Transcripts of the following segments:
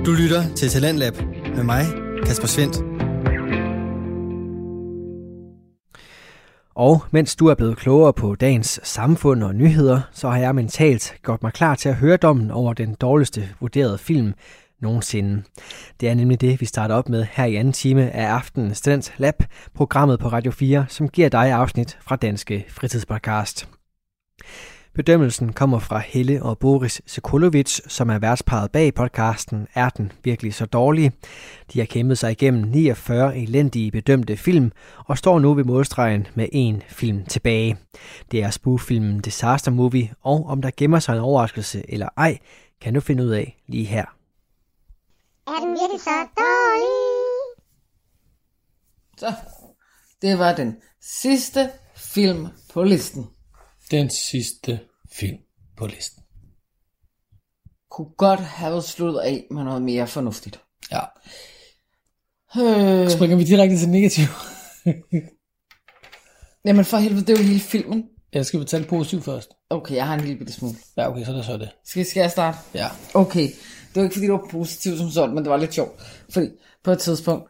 Du lytter til Talentlab med mig, Kasper Svendt. Og mens du er blevet klogere på dagens samfund og nyheder, så har jeg mentalt gjort mig klar til at høre dommen over den dårligste vurderede film nogensinde. Det er nemlig det, vi starter op med her i anden time af aftenens Talentlab, programmet på Radio 4, som giver dig afsnit fra Danske Fritidspodcast. Bedømmelsen kommer fra Helle og Boris Sekulovic, som er værtsparret bag podcasten Er den virkelig så dårlig? De har kæmpet sig igennem 49 elendige bedømte film og står nu ved målstregen med en film tilbage. Det er spoof-filmen Disaster Movie, og om der gemmer sig en overraskelse eller ej, kan du finde ud af lige her. Er den virkelig så dårlig? Så, det var den sidste film på listen. Den sidste film på listen. Kunne godt have sluttet af med noget mere fornuftigt. Ja. Springer vi direkte til negativ? Jamen for helvede, det er jo hele filmen. Jeg skal fortælle positiv først. Okay, jeg har en lille bitte smule. Ja, okay, så er det så det. Skal jeg starte? Ja. Okay, det var ikke fordi det var positivt som sådan, men det var lidt sjovt. Fordi på et tidspunkt,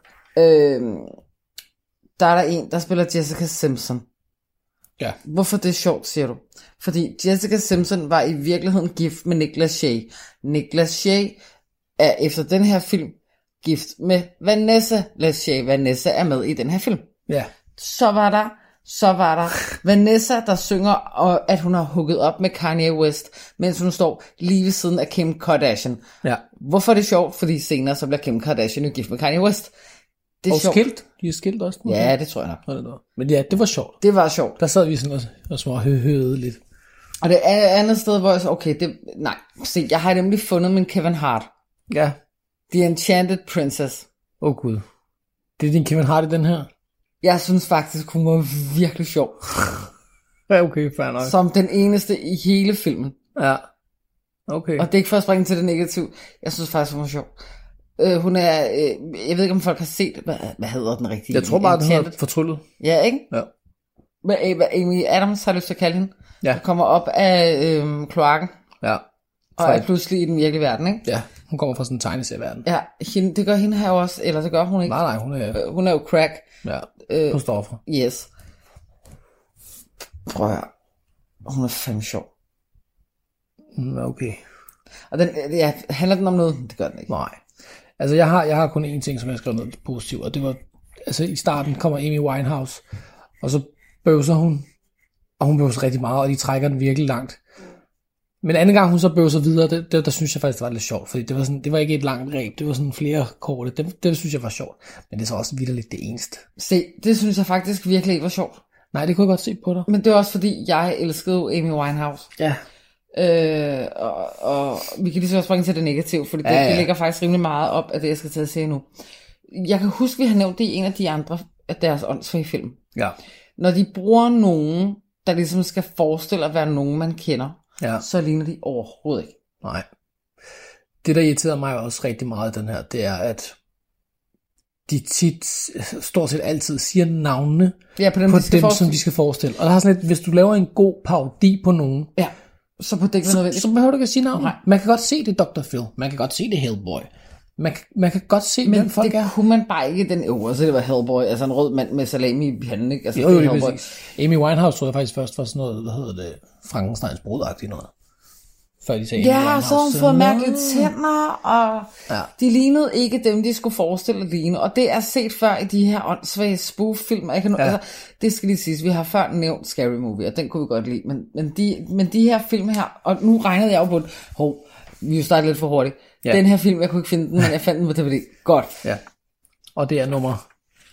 der er der en, der spiller Jessica Simpson. Ja. Hvorfor det er sjovt, siger du? Fordi Jessica Simpson var i virkeligheden gift med Nicolas Shea. Nicolas Shea er efter den her film gift med Vanessa Lachey. Vanessa er med i den her film. Ja. Så var der Vanessa, der synger, at hun har hooket op med Kanye West, mens hun står lige ved siden af Kim Kardashian. Ja. Hvorfor er det sjovt? Fordi senere så bliver Kim Kardashian jo gift med Kanye West. Det er og sjovt. skilt. De er skilt også. Ja, det tror jeg nok. Men ja, det var sjovt. Det var sjovt. Der sad vi sådan og småhøvede lidt. Og det er et andet sted, hvor jeg så, se, jeg har nemlig fundet min Kevin Hart. Ja. The Enchanted Princess. Gud. Det er din Kevin Hart i den her? Jeg synes faktisk, hun var virkelig sjov. Ja, okay, fair nok. Som den eneste i hele filmen. Ja. Okay. Og det er ikke for at springe til det negative. Jeg synes faktisk, hun var sjov. Hun er, jeg ved ikke om folk har set, hvad hedder den rigtige? Jeg tror bare, den hedder Fortryllet. Ja, ikke? Ja. Hvad Amy Adams har lyst til at kalde hende. Ja. Der kommer op af kloakken. Ja. Og er pludselig i den virkelige verden, ikke? Ja, hun kommer fra sådan en tegneserieverden. Ja, det gør hende her også, eller det gør hun ikke. Nej, hun er jo crack. Ja, på stoffer. Yes. Prøv at høre. Hun er fandme sjov. Okay. Og den, handler den om noget? Det gør den ikke. Nej. Altså, jeg har kun én ting, som jeg skrev noget positivt, og det var, altså i starten kommer Amy Winehouse, og så bøvser hun, og hun bøvser rigtig meget, og de trækker den virkelig langt. Men anden gang hun så bøvser videre, der synes jeg faktisk, det var lidt sjovt, fordi det var ikke et langt ræb, det var sådan flere korte, det synes jeg var sjovt, men det er så også vitterligt det eneste. Se, det synes jeg faktisk virkelig ikke var sjovt. Nej, det kunne jeg godt se på dig. Men det var også fordi, jeg elskede Amy Winehouse. Ja. Og vi kan lige så springe til det negative, fordi det ligger faktisk rimelig meget op af det, jeg skal til at sige nu. Jeg kan huske, vi har nævnt det i en af de andre af deres åndsfri film. Ja. Når de bruger nogen, der ligesom skal forestille at være nogen, man kender, så ligner de overhovedet ikke. Nej. Det, der irriterede mig også rigtig meget i den her, det er, at de tit, stort set altid siger navnene på dem, som de skal forestille. Og der har sådan lidt, hvis du laver en god parodi på nogen, så på det så behøver du ikke at sige navnet. Man kan godt se det Dr. Phil. Man kan godt se det Hellboy. Man kan godt se, hvem folk er. Men det kunne man bare ikke den øvre, så det var Hellboy, altså en rød mand med salami i panden, ikke? Altså, jo, det er Hellboy. Amy Winehouse tror jeg faktisk først var sådan noget, hvad hedder det, Frankensteins brudagtigt noget. Før de sagde Amy Winehouse. Så hun fået mærkelige tænder, og de lignede ikke dem, de skulle forestille at ligne. Og det er set før i de her åndssvage spoof-film. Altså, det skal lige siges, vi har før nævnt Scary Movie, og den kunne vi godt lide. Men de her film her, og nu regnede jeg jo på det, vi er jo startet lidt for hurtigt. Ja. Den her film, jeg kunne ikke finde den, men jeg fandt den på DVD. Godt. Ja. Og det er nummer...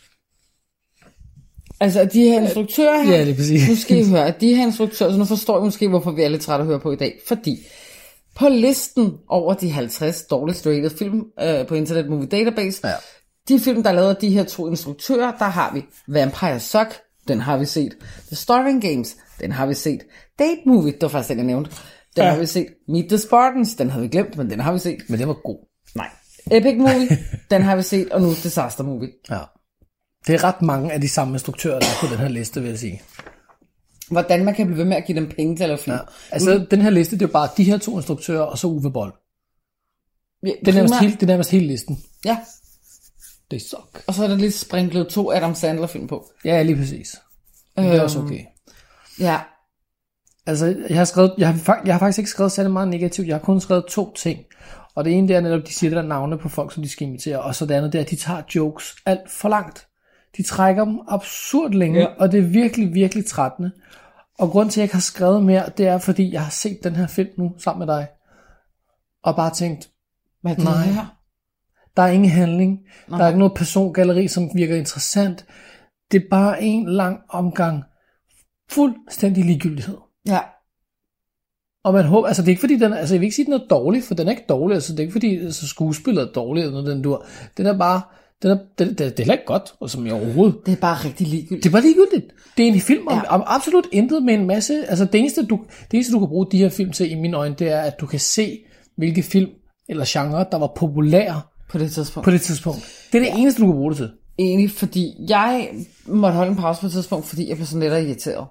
Altså, de her instruktører her... Ja, det er præcis. Nu skal I høre, at de her instruktører... Så nu forstår I måske, hvorfor vi er lidt trætte at høre på i dag. Fordi på listen over de 50 dårligst rated film på Internet Movie Database, de film, der lavede de her 2 instruktører, der har vi Vampire Suck, den har vi set. The Starving Games, den har vi set. Date Movie, det var faktisk den, jeg nævnte. Den har vi set. Meet the Spartans, den havde vi glemt, men den har vi set. Men den var god. Nej. Epic Movie, den har vi set, og nu Disaster Movie. Ja. Det er ret mange af de samme instruktører, der er på den her liste, vil jeg sige. Hvordan man kan blive ved med at give dem penge til at lave film. Ja. Altså, den her liste, det er jo bare de her 2 instruktører, og så Uwe Boll. Det er nærmest hele listen. Ja. Det suck. Og så er der lige sprinklet 2 Adam Sandler-film på. Ja, lige præcis. Det er også okay. Ja. Altså, jeg har faktisk ikke skrevet særlig meget negativt. Jeg har kun skrevet 2 ting. Og det ene, det er netop, de siger der navne på folk, som de skal imitere. Og så det andet, det er, at de tager jokes alt for langt. De trækker dem absurd længe, og det er virkelig, virkelig trættende. Og grund til, at jeg ikke har skrevet mere, det er, fordi jeg har set den her film nu sammen med dig. Og bare tænkt, hvad er det her? Der er ingen handling. Nej. Der er ikke noget persongalleri, som virker interessant. Det er bare en lang omgang fuldstændig ligegyldighed. Ja. Og man håber, altså det er ikke fordi den, altså jeg vil ikke sige den er dårlig, for den er ikke dårlig, altså det er ikke fordi altså, skuespillet er dårlig eller noget den dur. Den er bare, det er heller ikke godt, og som jeg overhovedet. Det er bare rigtig ligegyldigt. Det er bare ligegyldigt. Det er en film om absolut intet med en masse, altså det eneste du kan bruge de her film til i mine øjne, det er at du kan se hvilke film eller genre der var populære på det tidspunkt. Det er det eneste du kan bruge det til. Enig, fordi jeg måtte holde en pause på et tidspunkt, fordi jeg blev sådan lidt irriteret.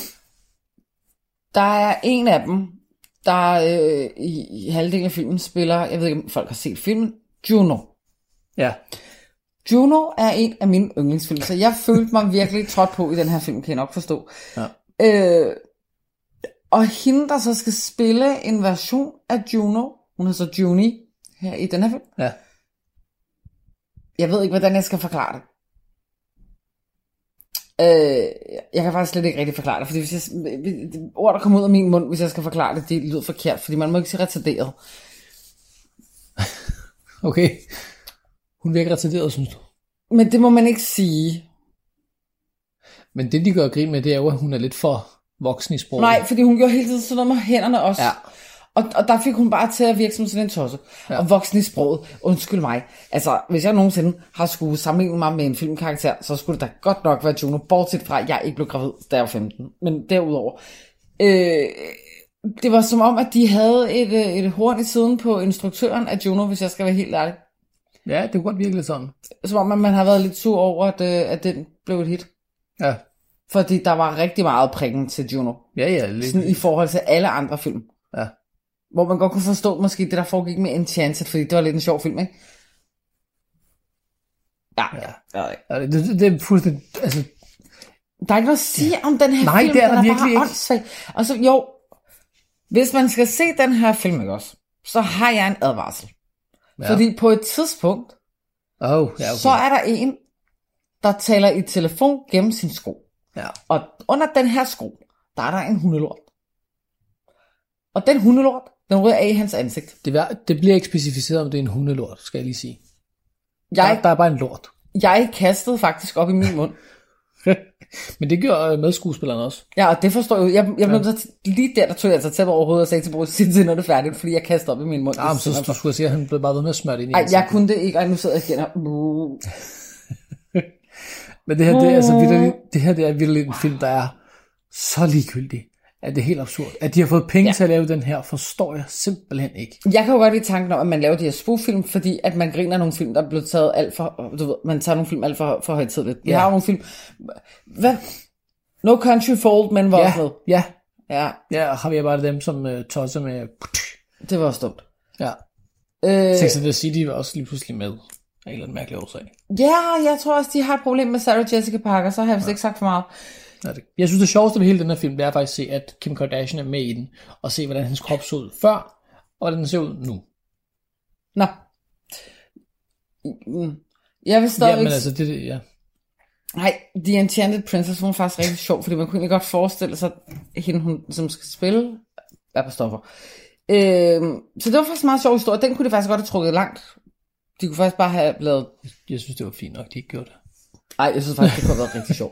Der er en af dem, der i halvdelen af filmen spiller, jeg ved ikke om folk har set filmen, Juno. Ja. Juno er en af mine yndlingsfilm, så jeg følte mig virkelig trådt på i den her film, kan jeg nok forstå. Ja. Og hende, der så skal spille en version af Juno, hun er så Juni her i den her film. Ja. Jeg ved ikke, hvordan jeg skal forklare det. Jeg kan faktisk slet ikke rigtig forklare det, fordi hvis ord, der kommer ud af min mund, hvis jeg skal forklare det, det lyder forkert, fordi man må ikke sige retarderet. Okay. Hun virker retarderet, synes du? Men det må man ikke sige. Men det, de gør grin med, det er jo, at hun er lidt for voksen i sproget. Nej, fordi hun gjorde hele tiden sådan noget med hænderne også. Ja. Og der fik hun bare til at virke som sådan en tosse. Ja. Og voksen i sproget, undskyld mig. Altså, hvis jeg nogensinde har skulle sammenligne mig med en filmkarakter, så skulle det da godt nok være Juno, bortset fra, at jeg ikke blev gravid, da jeg var 15. Men derudover. Det var som om, at de havde et horn i siden på instruktøren af Juno, hvis jeg skal være helt ærlig. Ja, det kunne godt virke lidt sådan. Som om, man har været lidt sur over, at den blev et hit. Ja. Fordi der var rigtig meget prikken til Juno. Ja, lidt. Sådan i forhold til alle andre film. Ja. Hvor man godt kunne forstå måske det, der foregik med Enchanted, fordi det var lidt en sjov film, ikke? Ja. Det er fuldstændig, altså... Der er ikke noget at sige om den her Nej, film. Det er der virkelig ikke. Åndssvag. Og så jo, hvis man skal se den her film, ikke også, så har jeg en advarsel. Ja. Fordi på et tidspunkt, så er der en, der taler i telefon gennem sin sko. Ja. Og under den her sko, der er der en hundelort. Og den hundelort, den ryger af i hans ansigt. Det bliver ikke specificeret, om det er en hundelort, skal jeg lige sige. Der er bare en lort. Jeg kastede faktisk op i min mund. Men det gør medskuespilleren også. Ja, og det forstår jeg. Jeg blev så lige der tog jeg altså tæt over hovedet og sagde til Boris, til når det er færdigt, fordi jeg kastede op i min mund. Ja, men så du skulle sige, at han blev bare ved med at smøre det ind i ansigtet. Jeg kunne det ikke, og nu sidder jeg igen her. Men det her, det er altså det er virkelig en film, der er så ligegyldig, at det er helt absurd. At de har fået penge til at lave den her, forstår jeg simpelthen ikke. Jeg kan jo godt lide tanken om, at man laver de her spoof-film, fordi at man griner nogle film, der er blevet taget alt for, du ved, man tager nogle film alt for højtidligt. Vi har jo nogle film, No Country for Old Men var også med. Ja, har vi bare dem, som tosser med... Det var også dumt. Ja. Sex and the City var også lige pludselig med, af en eller anden mærkelig årsag. Ja, jeg tror også, de har et problem med Sarah Jessica Parker, så har jeg vist ikke sagt for meget. Jeg synes, det sjoveste ved hele den her film, det er faktisk at se, at Kim Kardashian er med i den, og se, hvordan hendes krop så ud før, og hvordan den ser ud nu. Nå. Jeg vil stadig men altså, ja. Nej, The Enchanted Princess, hun er faktisk rigtig sjov, fordi man kunne godt forestille sig, at hende, hun, som skal spille, er på stoffer. Så det var faktisk en meget sjov historie. Den kunne de faktisk godt have trukket langt. De kunne faktisk bare have lavet... Jeg synes, det var fint nok, de ikke gjorde det. Nej, jeg synes faktisk, det kunne have været rigtig sjovt.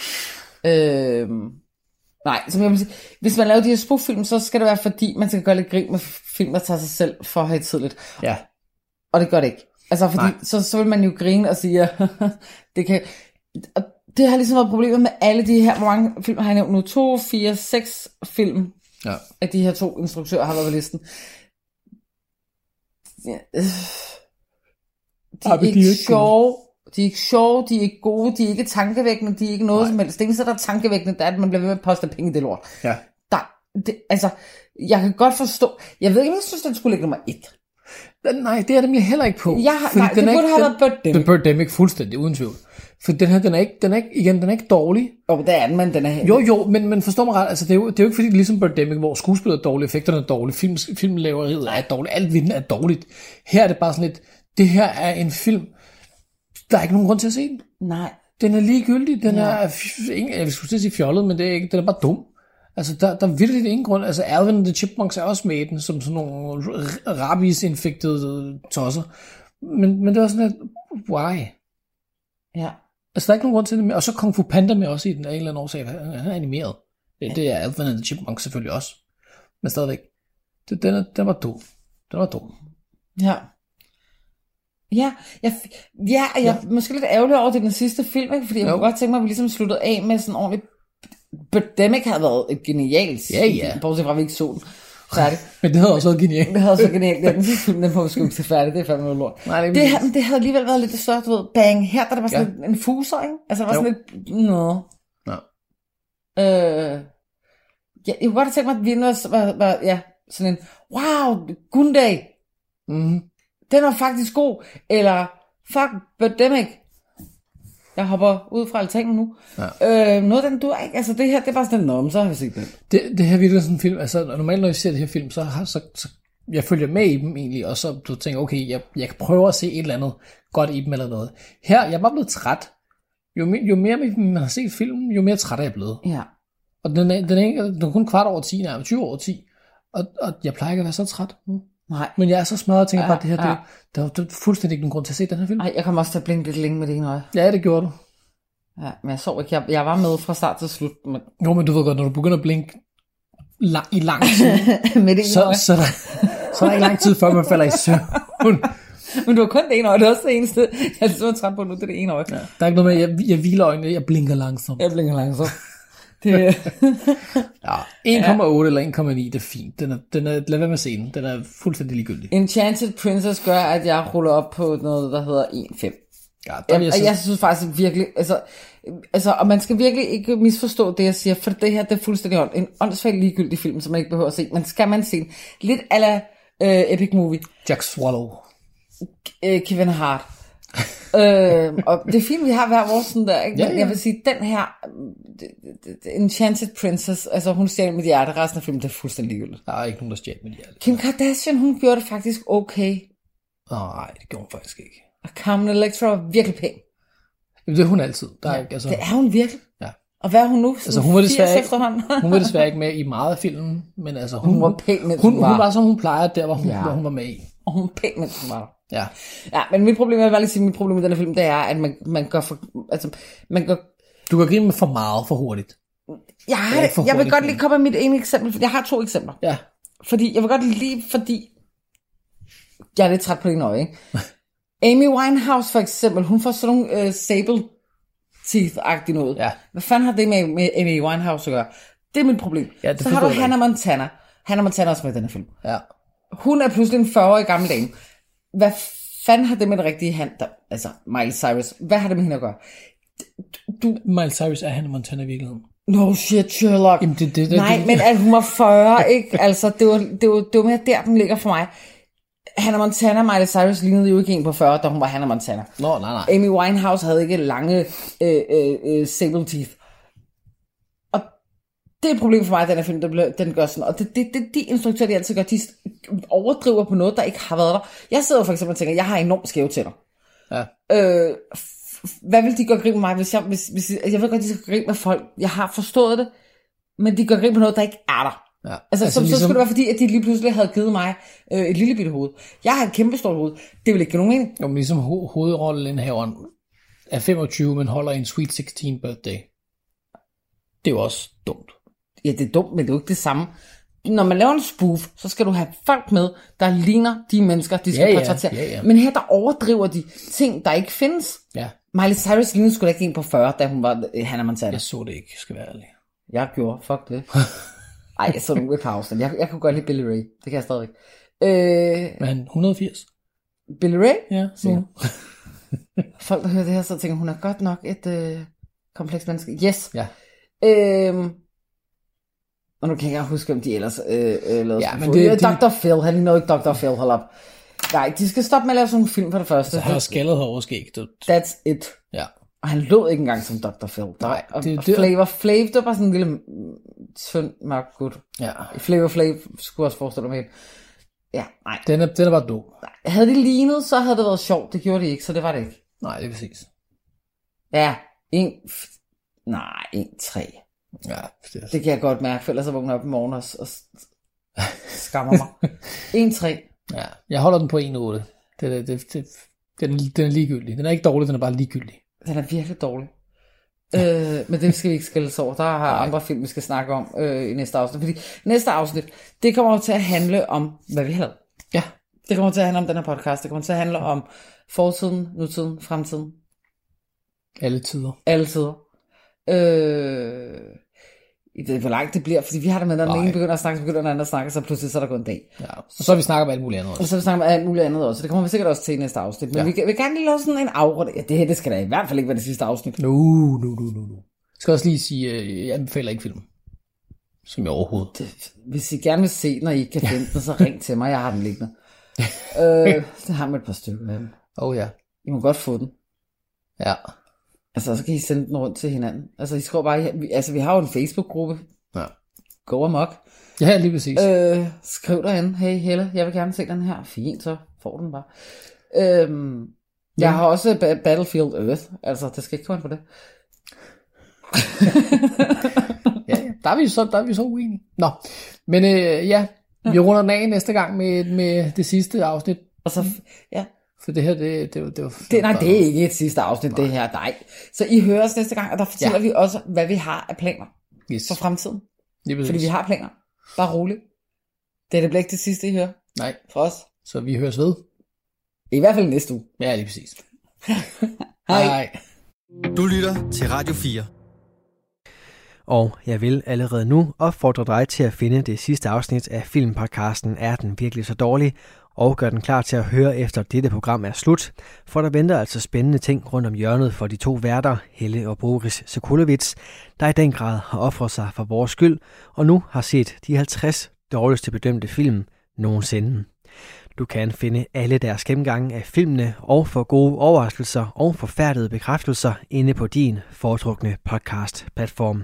Nej, som jeg vil sige, hvis man laver de her spoof-film, så skal det være, fordi man skal gøre lidt grin med film, der tager sig selv for højtidligt. Ja. Og det gør det ikke. Altså, fordi så vil man jo grine og sige, det kan... Og det har ligesom været problemet med alle de her, hvor mange film har jeg nævnt nu? 2, 4, 6 film af de her 2 instruktører har været på listen. De er ikke sjove. De er ikke sjove, de er ikke gode, de er ikke tankevækkende, de er ikke noget som helst. Det eneste, der er tankevækkende, det er, at man bliver ved med at poste penge i det lort. Ja. Altså, jeg kan godt forstå, jeg ved ikke, om jeg synes, den skulle ligge nummer 1. Nej, det er dem jeg heller ikke på. Nej, det burde have været Birdemic. Birdemic, fuldstændig, uden tvivl. For den her, den er ikke dårlig. Jo, det er den, men den er helt... Jo, men forstår mig ret, altså det er jo ikke fordi, ligesom Birdemic, hvor skuespillet er dårligt, effekterne er dårlige, filmlaveriet er dårligt, alt ved den er dårligt. Her er det bare sådan lidt, det her er en film, der er ikke nogen grund til at se den. Nej. Den er ligegyldig, den er, jeg skulle sige fjollet, men det er ikke, den er bare dum. Altså, der er virkelig ingen grund. Altså, Alvin and the Chipmunks er også med i den, som sådan nogle rabies-infekterede tosser. Men det var sådan lidt, why? Ja. Altså, der er ikke nogen grund til det. Og så Kung Fu Panda med også i den af en eller anden årsag. Han er animeret. Det er Alvin and the Chipmunks selvfølgelig også. Men stadigvæk. Den var dum. Den var dum. Ja. Jeg er måske lidt ærgerlig over det den sidste film, ikke? Fordi jeg kunne godt tænke mig, at vi ligesom sluttede af med sådan ordentligt. Birdemic havde været et genialt. Ja. Bortset fra, at vi ikke så den. Færdig. Men det havde også været genialt. Det havde også været genialt. Den sidste film, den får vi sgu ikke til færdig. Det er fandme noget lort. Nej, det havde alligevel været lidt større, du ved. Bang. Her der var sådan en fuser, ikke? Altså, der var sådan lidt... Nå. Jeg kunne godt tænke mig, at vi var sådan en... Wow, Gunday. Mm-hmm. Den var faktisk god. Eller, fuck, Birdemic. Jeg hopper ud fra altangen nu. Ja. Noget den du ikke. Altså det her, det er bare sådan en så har vi set den. Det her virkelig sådan en film. Altså normalt når jeg ser det her film, så jeg følger med i dem egentlig, og så du tænker, okay, jeg kan prøve at se et eller andet godt i dem eller noget. Her, jeg er bare blevet træt. Jo mere man har set filmen, jo mere træt er jeg blevet. Ja. Og den er kun kvart over 10, nej, 20 over 10. Og jeg plejer ikke at være så træt nu. Nej. Men jeg er så smadret og tænker bare, det her, der er fuldstændig ikke nogen grund til at se den her film. Nej, jeg kommer også til at blinke lidt længe med det ene øje. Ja, det gjorde du. Ja, men jeg så ikke. Jeg var med fra start til slut. Men... Jo, men du ved godt, når du begynder at blinke i lang tid, med det ene øje. Så er der ikke lang tid, før man falder i søvn. Men du har kun det ene øje, det er også det eneste. Jeg er så træt på nu, det er det ene øje. Ja. Der er ikke noget med, jeg hviler øjnene, jeg blinker langsomt. Jeg blinker langsomt. Det... ja, 1,8 eller 1,9, det er fint. Den er, lad være med at se den. Den er fuldstændig ligegyldig. Enchanted Princess gør, at jeg ruller op på noget, der hedder 1,5. Ja, jeg synes faktisk virkelig, altså, og man skal virkelig ikke misforstå det, jeg siger, for det her, det er fuldstændig en åndssvagt ligegyldig film, som man ikke behøver at se. Men skal man se den? Lidt a la Epic Movie. Jack Swallow. Kevin Hart. Og det er fint, vi har hver vores sådan der, ikke? Men jeg vil sige, den her Enchanted Princess, altså hun stjal mit hjerte, resten af filmen, det er fuldstændig ligegyldigt. Der er ikke nogen, der stjal mit hjerte. Kim Kardashian, hun gjorde det faktisk okay. Nej, det gjorde hun faktisk ikke. Og Carmen Electra var virkelig pæn. Jamen, det er hun altid. Der er ikke, altså... Det er hun virkelig. Ja. Og hvad er hun nu? Altså, hun var desværre ikke med i meget af filmen, men altså hun var pæn, mens hun var som hun plejer der, hvor hun var med i. Og hun var pæn, mens hun var. Ja. Ja, men mit problem, jeg vil lige sige, mit problem med den her film, det er, at man går for, altså, Du kan grine med for meget for hurtigt. Jeg vil godt lige komme med mit ene eksempel, for jeg har 2 eksempler. Ja. Fordi, jeg vil godt lige, fordi jeg er lidt træt på dine øje, ikke? Amy Winehouse for eksempel, hun får sådan nogle sable teeth-agtige noget. Ja. Hvad fanden har det med Amy Winehouse at gøre? Det er mit problem. Ja, så har du Hannah Montana. Hannah Montana også med i den her film. Ja. Hun er pludselig en 40-årig gammel dame. Hvad fanden har det med det rigtige hand? Altså, Miley Cyrus. Hvad har det med hende at gøre? Miley Cyrus er Hannah Montana i virkeligheden. No shit, Sherlock. Jamen, Nej, men at hun var 40, ikke? Altså, det var mere der, den ligger for mig. Hannah Montana, Miley Cyrus lignede jo ikke en på 40, da hun var Hannah Montana. Nej. Amy Winehouse havde ikke lange sable teeth. Og det er et problem for mig, at den her film, den gør sådan. Og det de instruktører, de altid gør, de overdriver på noget, der ikke har været der. Jeg sidder for eksempel og tænker, jeg har enormt skæve tænder. Ja. Hvad vil de gøre grin med mig, hvis jeg ved godt, de skal grine med folk. Jeg har forstået det, men de gør grin på noget, der ikke er der. Ja. Altså så skulle det være fordi, at de lige pludselig havde givet mig et lille bitte hoved. Jeg har et kæmpe stort hoved. Det vil ikke give nogen mening. Jo, men ligesom hovedrollenhaveren er 25, men holder en Sweet 16 birthday. Det er jo også dumt. Ja, det er dumt, men det er jo ikke det samme. Når man laver en spoof, så skal du have folk med, der ligner de mennesker, de skal portrættere. Ja. Men her, der overdriver de ting, der ikke findes. Ja. Miley Cyrus lignede sgu da ikke en på 40, da hun var Hannah Montana. Jeg så det ikke, skal være ærlig. Jeg gjorde, fuck det. Ej, jeg så nogle i pausen. Jeg kunne godt lide Billy Ray. Det kan jeg stadigvæk. Men han 180? Billy Ray? Ja. Folk, der hører det her, så tænker, hun er godt nok et komplekst menneske. Yes. Ja. Og nu kan jeg ikke huske, om de ellers lavede ja, men det, Dr. Phil, han ligner ikke Dr. Phil, hold op. Nej, de skal stoppe med at lave sådan en film for det første. Så han har skaldet hår og skæg. That's it. Ja. Og han lød ikke engang som Dr. Phil. Nej, og det- Flavor Flav, det var bare sådan en lille tynd, mørk gut. Ja. Flavor Flav skulle også forestille mig. Ja, nej. Den er bare dum. Havde de lignet, så havde det været sjovt. Det gjorde de ikke, så det var det ikke. Nej, det er præcis. Ja, 1-3. Ja, Det kan jeg godt mærke, for ellers så vågner jeg op i morgen og skammer mig. 1-3. Ja, jeg holder den på 1,8. Den er ligegyldig. Den er ikke dårlig, den er bare ligegyldig. Den er virkelig dårlig. Men det skal vi ikke skældes over. Der har andre film, vi skal snakke om i næste afsnit. Fordi næste afsnit, det kommer jo til at handle om, hvad vi har lavet. Ja. Det kommer til at handle om den her podcast. Det kommer til at handle om fortiden, nutiden, fremtiden. Alle tider. Alle tider. Det er hvor langt det bliver, fordi vi har det med, når den ene begynder at snakke, så begynder den anden at snakke, så pludselig så er der gået en dag. Ja. Og så har vi snakket om alt muligt andet Og også. så vil vi snakke om alt muligt andet også. Det kommer vi sikkert også til i næste afsnit. Men vi vil gerne lige lave sådan en afrunde. Ja, det her, det skal da i hvert fald ikke være det sidste afsnit. Nu. Jeg skal også lige sige, jeg anbefaler ikke filmen. Som jeg overhovedet. Hvis I gerne vil se, når I ikke kan finde den, så ring til mig. Jeg har den liggende. Det har med et par stykker af dem. Ja. I må godt få den. Ja. Altså, så kan I sende den rundt til hinanden. Altså, I skriver bare, vi har jo en Facebook-gruppe. Ja. Go amok. Ja, lige præcis. Skriv derinde, hey Helle, jeg vil gerne se den her. Fint, så får den bare. Jeg har også Battlefield Earth. Altså, det skal ikke komme på det. Ja, der er vi så uenige. Nå, men vi runder den af næste gang med det sidste afsnit. Og så, ja. For det her, det Nej, det er ikke et sidste afsnit, det her. Nej. Så I hører os næste gang, og der fortæller vi også, hvad vi har af planer for fremtiden. Fordi vi har planer. Bare roligt. Det bliver ikke det sidste, I hører. Nej. For os. Så vi høres ved. I hvert fald næste uge. Ja, lige præcis. Hej. Du lytter til Radio 4. Og jeg vil allerede nu opfordre dig til at finde det sidste afsnit af filmpodcasten Er den virkelig så dårlig? Og gør den klar til at høre efter dette program er slut, for der venter altså spændende ting rundt om hjørnet for de to værter, Helle og Boris Sokolovits, der i den grad har offret sig for vores skyld, og nu har set de 50 dårligste bedømte film nogensinde. Du kan finde alle deres gennemgange af filmene og få gode overraskelser og forfærdede bekræftelser inde på din foretrukne podcast-platform.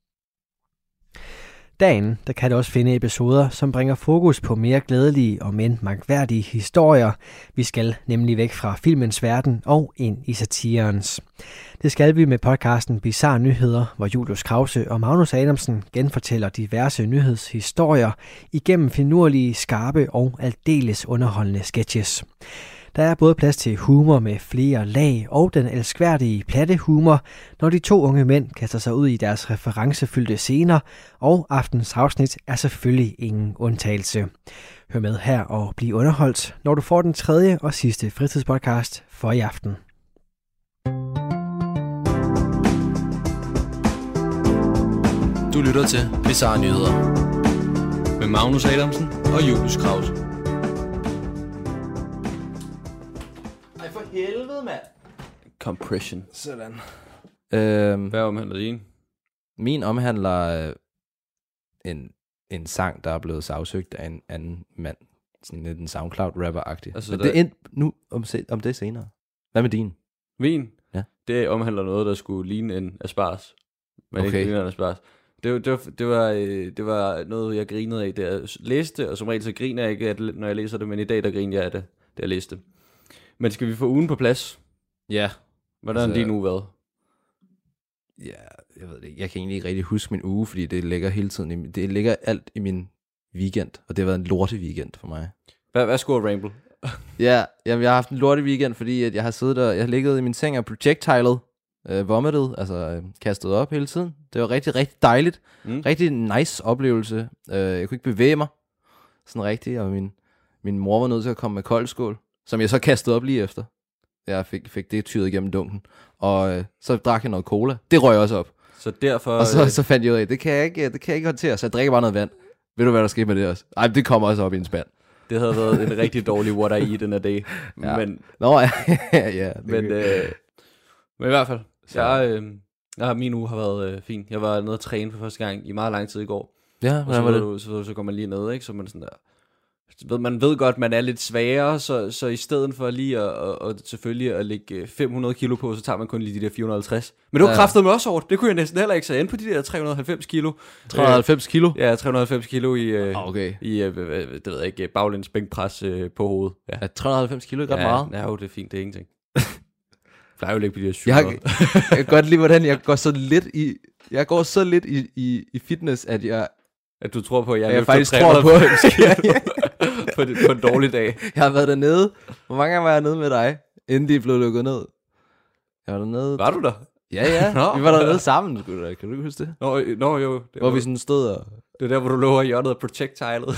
Dagen, der kan du også finde episoder, som bringer fokus på mere glædelige og men mærkværdige historier. Vi skal nemlig væk fra filmens verden og ind i satirens. Det skal vi med podcasten Bizarre Nyheder, hvor Julius Krause og Magnus Adamsen genfortæller diverse nyhedshistorier igennem finurlige, skarpe og aldeles underholdende sketches. Der er både plads til humor med flere lag og den elskværdige platte humor, når de to unge mænd kaster sig ud i deres referencefyldte scener, og aftens afsnit er selvfølgelig ingen undtagelse. Hør med her og bliv underholdt, når du får den tredje og sidste fritidspodcast for i aften. Du lytter til Bizarre Nyheder med Magnus Adamsen og Julius Krause. Ej, for helvede, mand. Compression. Sådan. Hvad omhandler din? Min omhandler en sang, der er blevet sagsøgt af en anden mand. Sådan lidt en SoundCloud-rapper-agtig. Altså, men det er nu om det senere. Hvad med din? Min? Ja. Det omhandler noget, der skulle ligne en asparges. Men Okay. ikke ligne en asparges. Det var noget, jeg grinede af, da jeg læste, og som regel så griner jeg ikke, når jeg læser det, men i dag, der griner jeg af det, da jeg læste det. Men skal vi få ugen på plads? Ja. Hvordan har din uge været? Ja, jeg ved det ikke. Jeg kan egentlig ikke rigtig huske min uge, fordi det ligger hele tiden det ligger alt i min weekend, og det har været en lorte weekend for mig. Hvad skulle Ramble? Ja, jamen, jeg har haft en lorte weekend, fordi at jeg har siddet der, jeg har ligget i min seng og projectilet, vomited, altså kastet op hele tiden. Det var rigtig, rigtig dejligt. Rigtig nice oplevelse. Jeg kunne ikke bevæge mig sådan rigtigt, og min mor var nødt til at komme med koldskål, som jeg så kastede op lige efter. Jeg fik det tyret igennem dunken. Og så drak jeg noget cola. Det røg også op. Så derfor... Og så fandt jeg ud af, det kan jeg ikke håndtere, så jeg drikker bare noget vand. Ved du, hvad der skete med det også? Ej, det kommer også op i en spand. Det havde været en rigtig dårlig what I eat in a day. Ja. Men, Nå, ja. men i hvert fald, min uge har været fin. Jeg var nede at træne for første gang i meget lang tid i går. Ja, hvordan var det? Så går man lige ned, ikke? Så man sådan der, man ved godt, man er lidt svagere, så i stedet for lige at selvfølgelig at lægge 500 kilo på, så tager man kun lige de der 450. Men det var kraftedeme også over. Det kunne jeg næsten heller ikke så ind på de der 390 kilo. 390 kilo? Ja, 390 kilo i, okay. Det ved jeg ikke, baglæns bænkpres på hovedet. Ja. 390 kilo ikke ret meget? Ja, jo, det er fint, det er ingenting. Jeg er jo ikke på de her 700. Jeg kan godt lide, hvordan jeg går så lidt i fitness, at du tror på, at jeg faktisk tror på på en dårlig dag. Jeg har været dernede. Hvor mange gange var jeg nede med dig, inden de blev lukket ned? Jeg var dernede. Var du der? Ja. Vi var dernede sammen. Kan du ikke huske det? Nå jo. Hvor vi sådan stod og... Det er der, hvor du lå i hjørnet af projectilet.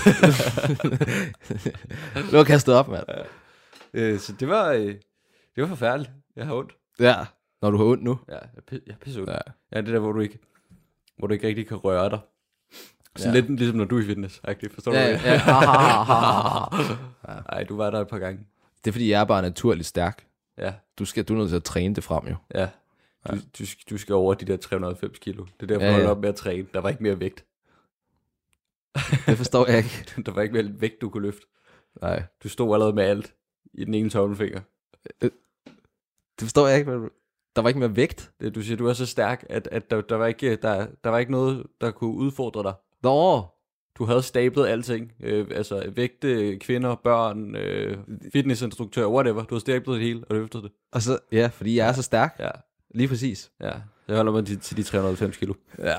Det var kastet op, mand. Så det var forfærdeligt. Jeg har ondt. Ja, når du har ondt nu. Ja, jeg pisser ondt. Ja, det der, hvor du ikke rigtig kan røre dig. Sådan lidt ligesom når du er i fitness, forstår du det? Ja. Ej, du var der et par gange. Det er fordi, jeg er bare naturligt stærk. Ja. Du er nødt til at træne det frem, jo. Ja. Du skal over de der 390 kilo. Det er derfor, du holder op med at træne. Der var ikke mere vægt. Det forstår jeg ikke. Der var ikke mere vægt, du kunne løfte. Nej. Du stod allerede med alt i den ene tommelfinger. Det forstår jeg ikke. Der var ikke mere vægt. Du siger, du er så stærk, at der var ikke noget, der kunne udfordre dig. Nå. Du havde stablet alting. Altså vægte, kvinder, børn, fitnessinstruktør, whatever. Du havde stablet det hele og løftet det. Og så, ja, fordi jeg er så stærk. Ja. Lige præcis. Ja, jeg holder mig til de 390 kilo. Ja.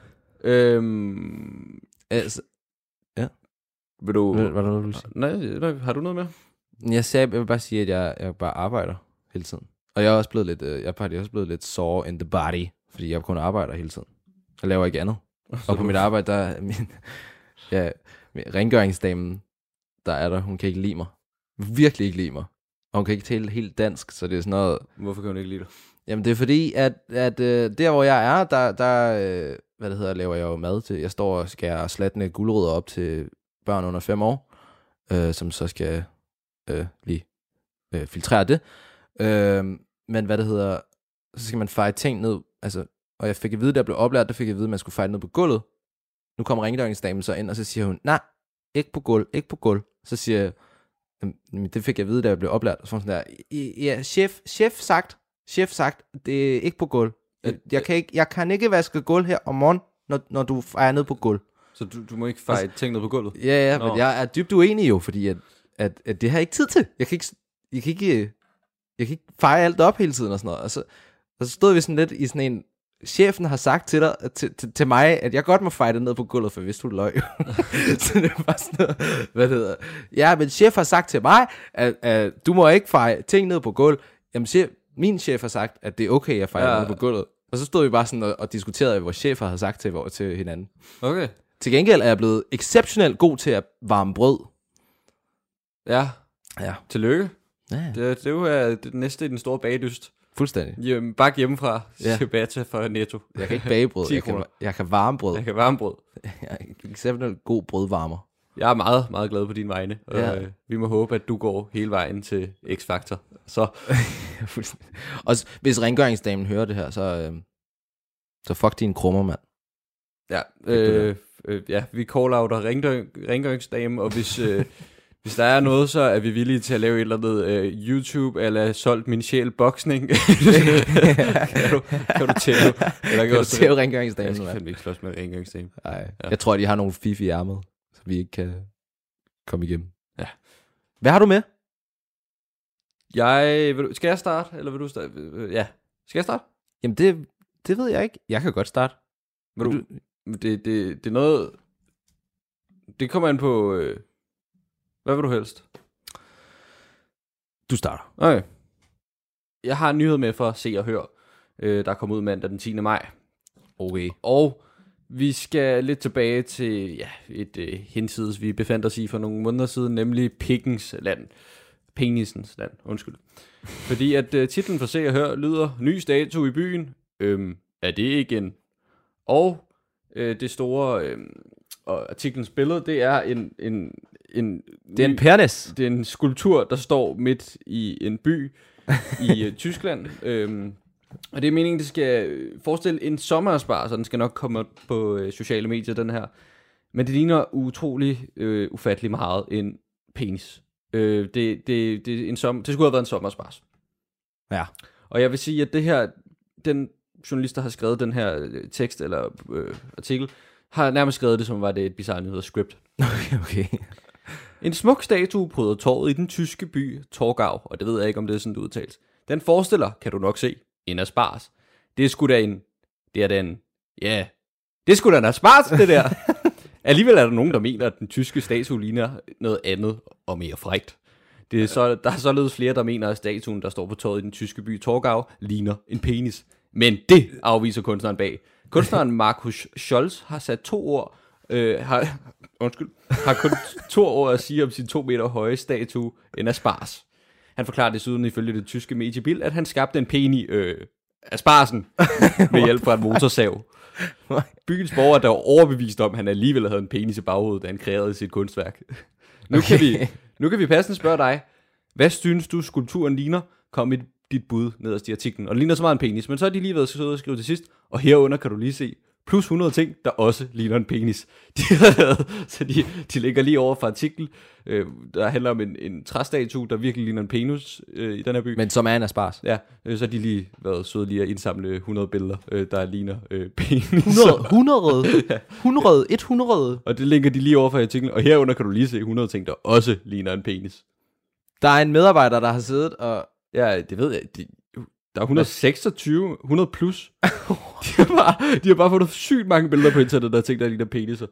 Altså, ja. Vil du... Hvad er der noget, du sige? Nej, har du noget mere? Jeg vil bare sige, at jeg bare arbejder hele tiden. Og jeg er også blevet lidt, lidt sore in the body, fordi jeg kun arbejder hele tiden. Jeg laver ikke andet. Og på mit arbejde, der er rengøringsdamen, hun kan ikke lide mig. Virkelig ikke lide mig. Og hun kan ikke tale helt dansk, så det er sådan noget... Hvorfor kan hun ikke lide dig? Jamen det er fordi, at der hvor jeg er, der laver jeg jo mad til. Jeg står og skærer slatne gulerødder op til børn under 5 år, som så skal lige filtrere det. Men så skal man feje ting ned, altså, og jeg fik at vide, da jeg blev oplært, der fik jeg at vide, at man skulle feje ned på gulvet. Nu kommer rengøringsdamen så ind, og så siger hun, nej, ikke på gulv. Så siger jeg, det fik jeg at vide, da jeg blev oplært. Så sådan der, ja, chef sagt, det er ikke på gulv. Jeg kan ikke vaske gulv her om morgenen, når du fejer ned på gulv. Så du må ikke feje ting ned på gulvet? Ja, men jeg er dybt uenig jo, fordi at det har jeg ikke tid til. Jeg kan ikke feje alt op hele tiden og sådan noget. Og så stod vi sådan lidt i sådan en... Chefen har sagt til dig, til mig, at jeg godt må feje det ned på gulvet, for hvis du løg. Så det var sådan noget, Ja, men chef har sagt til mig, at du må ikke feje ting ned på gulvet. Jamen, min chef har sagt, at det er okay, at jeg fejer ned på gulvet. Og så stod vi bare sådan og diskuterede, hvad chefer havde sagt til hinanden. Okay. Til gengæld er jeg blevet exceptionelt god til at varme brød. Ja. Tillykke. Ja. Det er jo det næste i den store bagdyst. Fuldstændig. Bak hjemmefra, Sebata for Netto. Jeg kan ikke bage brød, jeg kan varme brød. Jeg kan varme brød. Jeg er exceptionelt god brødvarmer. Jeg er meget, meget glad på dine vegne. Og vi må håbe, at du går hele vejen til X-Factor. Så. Og hvis rengøringsdamen hører det her, så fuck dine krummer, mand. Ja, vi call-outer rengøringsdame, og hvis der er noget, så er vi villige til at lave et eller andet YouTube, eller solgt min sjæl boksning. kan du tæve? Kan du tæve rengøringsdamen? Jeg skal fandme ikke slås med rengøringsdamen. Nej, jeg tror, de har nogle fifi i ærmet, så vi ikke kan komme igennem. Ja. Hvad har du med? Skal jeg starte, eller vil du starte? Ja. Skal jeg starte? Jamen, det ved jeg ikke. Jeg kan godt starte. Det er noget... Det kommer an på... Hvad vil du helst? Du starter. Okay. Jeg har en nyhed med for Se og Hør, der kommer ud mandag den 10. maj. Okay. Og vi skal lidt tilbage til et hinsides, vi befandt os i for nogle måneder siden, nemlig Pickens land. Penisens land, undskyld. Fordi at titlen for Se og Hør lyder, ny statue i byen, er det igen? Og det store... og artiklens billede, det er en det er en pernis. Det er en skulptur, der står midt i en by i Tyskland. Og det er meningen, det skal forestille en sommersbar, så den skal nok komme op på sociale medier, den her. Men det ligner utrolig ufattelig meget en penis. Det skulle have været en sommerspars. Ja. Og jeg vil sige, at det her, den journalist, der har skrevet den her tekst eller artikel, har nærmest skrevet det, som var det et bizarre nyheder script. Okay. En smuk statue pryder torvet i den tyske by Torgau, og det ved jeg ikke, om det er sådan, det udtales. Den forestiller, kan du nok se, en Aspars. Det er sgu da en... Det er den... Ja, det er sgu da en Aspars, det der. Alligevel er der nogen, der mener, at den tyske statue ligner noget andet og mere frækt. Der er således flere, der mener, at statuen, der står på torvet i den tyske by Torgau, ligner en penis. Men det afviser kunstneren bag. Kunstneren Markus Scholz har sat har kun 2 ord at sige om sin 2 meter høje statue, en Aspars. Han forklarer desuden ifølge det tyske medie Bild, at han skabte en penis Asparsen med hjælp fra en motorsav. Byens borgere, der var overbevist om, at han alligevel havde en penis i baghovedet, da han kreerede sit kunstværk. Nu kan vi passende spørge dig, hvad synes du, skulpturen ligner? Kom med dit bud nederst i artiklen. Og det ligner så meget en penis, men så har de lige været søde at skrive til sidst, og herunder kan du lige se plus 100 ting, der også ligner en penis. Så de ligger lige over for artiklen, der handler om en træstatue, der virkelig ligner en penis i den her by. Men som er en Aspars. Ja, så har de lige været søde lige at indsamle 100 billeder, der ligner penis. 100. Og det linker de lige over for artiklen, og herunder kan du lige se 100 ting, der også ligner en penis. Der er en medarbejder, der har siddet og... Ja, det ved jeg. Der er 126, 100 plus. De har bare fundet sygt mange billeder på internettet, der har tænkt, der ligner peniser.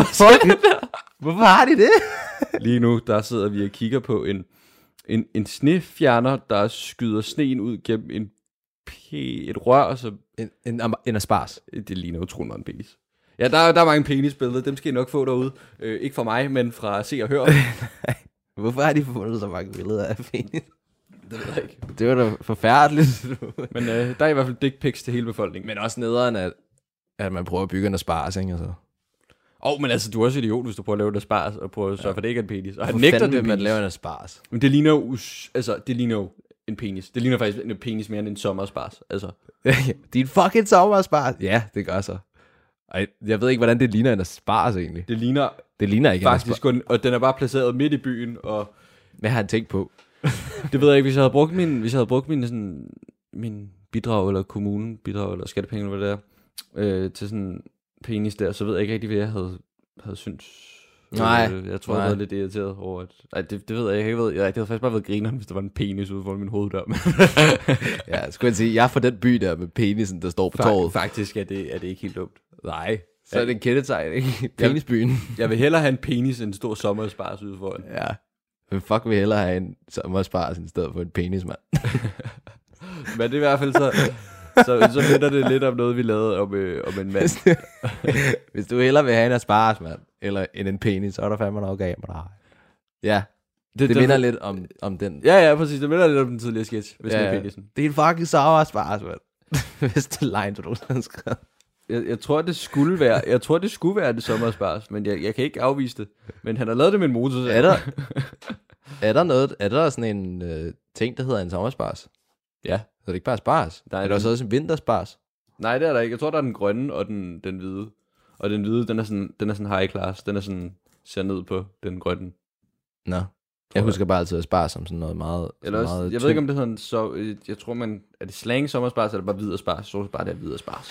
Hvorfor har de det? Lige nu, der sidder vi og kigger på en snefjerner, der skyder sneen ud gennem et rør. Så En Aspars. det ligner utrolig meget en penis. Ja, der er mange penisbilleder. Dem skal I nok få derude. Ikke fra mig, men fra Se og Hør. Hvorfor har de fundet så mange billeder af penis? Det ved jeg ikke. Det var da forfærdeligt. Men der er i hvert fald dick pics til hele befolkningen. Men også nederen, at man prøver at bygge en Aspars, ikke? Altså. Men altså, du er også idiot, hvis du prøver at lave en Aspars, og prøver at sørge for, det ikke er en penis. Og han Hvorfor nægter fanden det, vil man lave en Aspars? Men det ligner jo, en penis. Det ligner faktisk en penis mere end en sommerspars. Altså. Din fucking sommerspars. Ja, det gør så. Ej, jeg ved ikke, hvordan det ligner en Aspars egentlig. Det ligner ikke faktisk, og den er bare placeret midt i byen. Og hvad har han tænkt på? det ved jeg ikke, hvis jeg havde brugt min bidrag, eller kommunebidrag, eller skattepenge, eller hvad det er, til sådan en penis der, så ved jeg ikke rigtig, hvad jeg havde syntes. Nej. Jeg tror, jeg havde lidt irriteret over, at... Nej, det ved jeg ikke. Det havde faktisk bare været grineren, hvis der var en penis ude foran min hoveddør. Ja, skulle jeg sige, jeg er fra den by der med penisen, der står på torvet. Faktisk er det ikke helt dumt. Nej, så er det en kendetegn, ikke? Penisbyen. Jeg vil hellere have en penis end en stor sommerspars ude foran. Ja. Men fuck, vil hellere have en sommerspars i stedet for en penis, mand. Men det er i hvert fald så minder det lidt om noget, vi lavede om en mand. Hvis du hellere vil have en Aspars, mand, eller en penis, så er der fandme nok af med dig. Ja, det minder lidt om den. Ja, præcis. Det minder lidt om den tidligere sketch, hvis det er penisen. Det er en fucking sommerspars, mand. Hvis det er line, du har skrevet. Jeg tror, det skulle være det sommerspars, men jeg kan ikke afvise det. Men han har lavet det med en motorsav. Er der sådan en ting, der hedder en sommerspars? Ja. Så det er ikke bare spars? Er der også en vinterspars? Nej, det er der ikke. Jeg tror, der er den grønne og den hvide. Og den hvide, den er sådan high class. Den er sådan, ser ned på den grønne. Nå. Jeg husker bare altid at spars som sådan noget meget... Eller også, meget jeg ved ikke, om det hedder en så... Jeg tror, er det slang sommerspars, eller bare hvid og spars? Jeg tror bare, det er hvid og spars.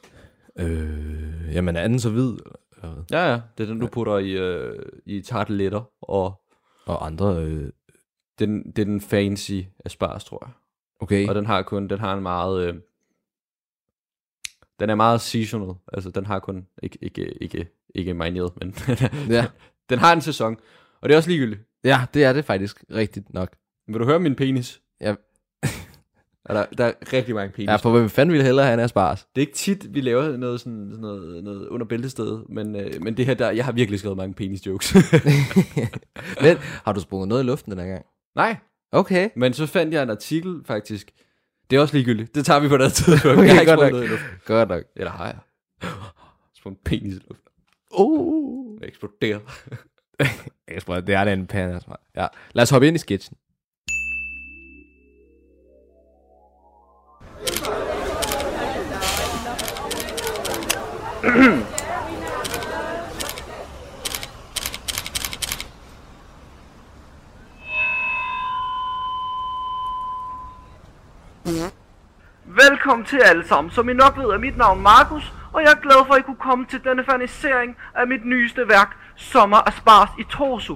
Jamen er den så hvid? Ja, det er den, du putter i tarteletter og andre... Det er den fancy Aspars, tror jeg. Okay. Og den har en meget... den er meget seasonal. Altså, den har kun... Ikke marineret, men... ja. Den har en sæson. Og det er også ligegyldigt. Ja, det er det faktisk rigtigt nok. Vil du høre min penis? Ja. Der er rigtig mange penis. Ja, for hvem fanden ville hellere have en Aspars? Det er ikke tit, vi laver noget noget under bæltestedet, men det her der, jeg har virkelig skrevet mange penis jokes. Men har du sprunget noget i luften den her gang? Nej. Okay. Men så fandt jeg en artikel faktisk. Det er også ligegyldigt. Det tager vi på noget tidspunkt. Okay, jeg har ikke sprunget noget i luften. Godt nok. Eller har jeg? Sprunget penis i luften. Det eksploderer. Det er en pande. Ja. Lad os hoppe ind i sketchen. Velkommen til alle sammen. Som I nok ved er mit navn Markus, og jeg er glad for at I kunne komme til denne fernisering af mit nyeste værk, Sommer Asparges i Torso.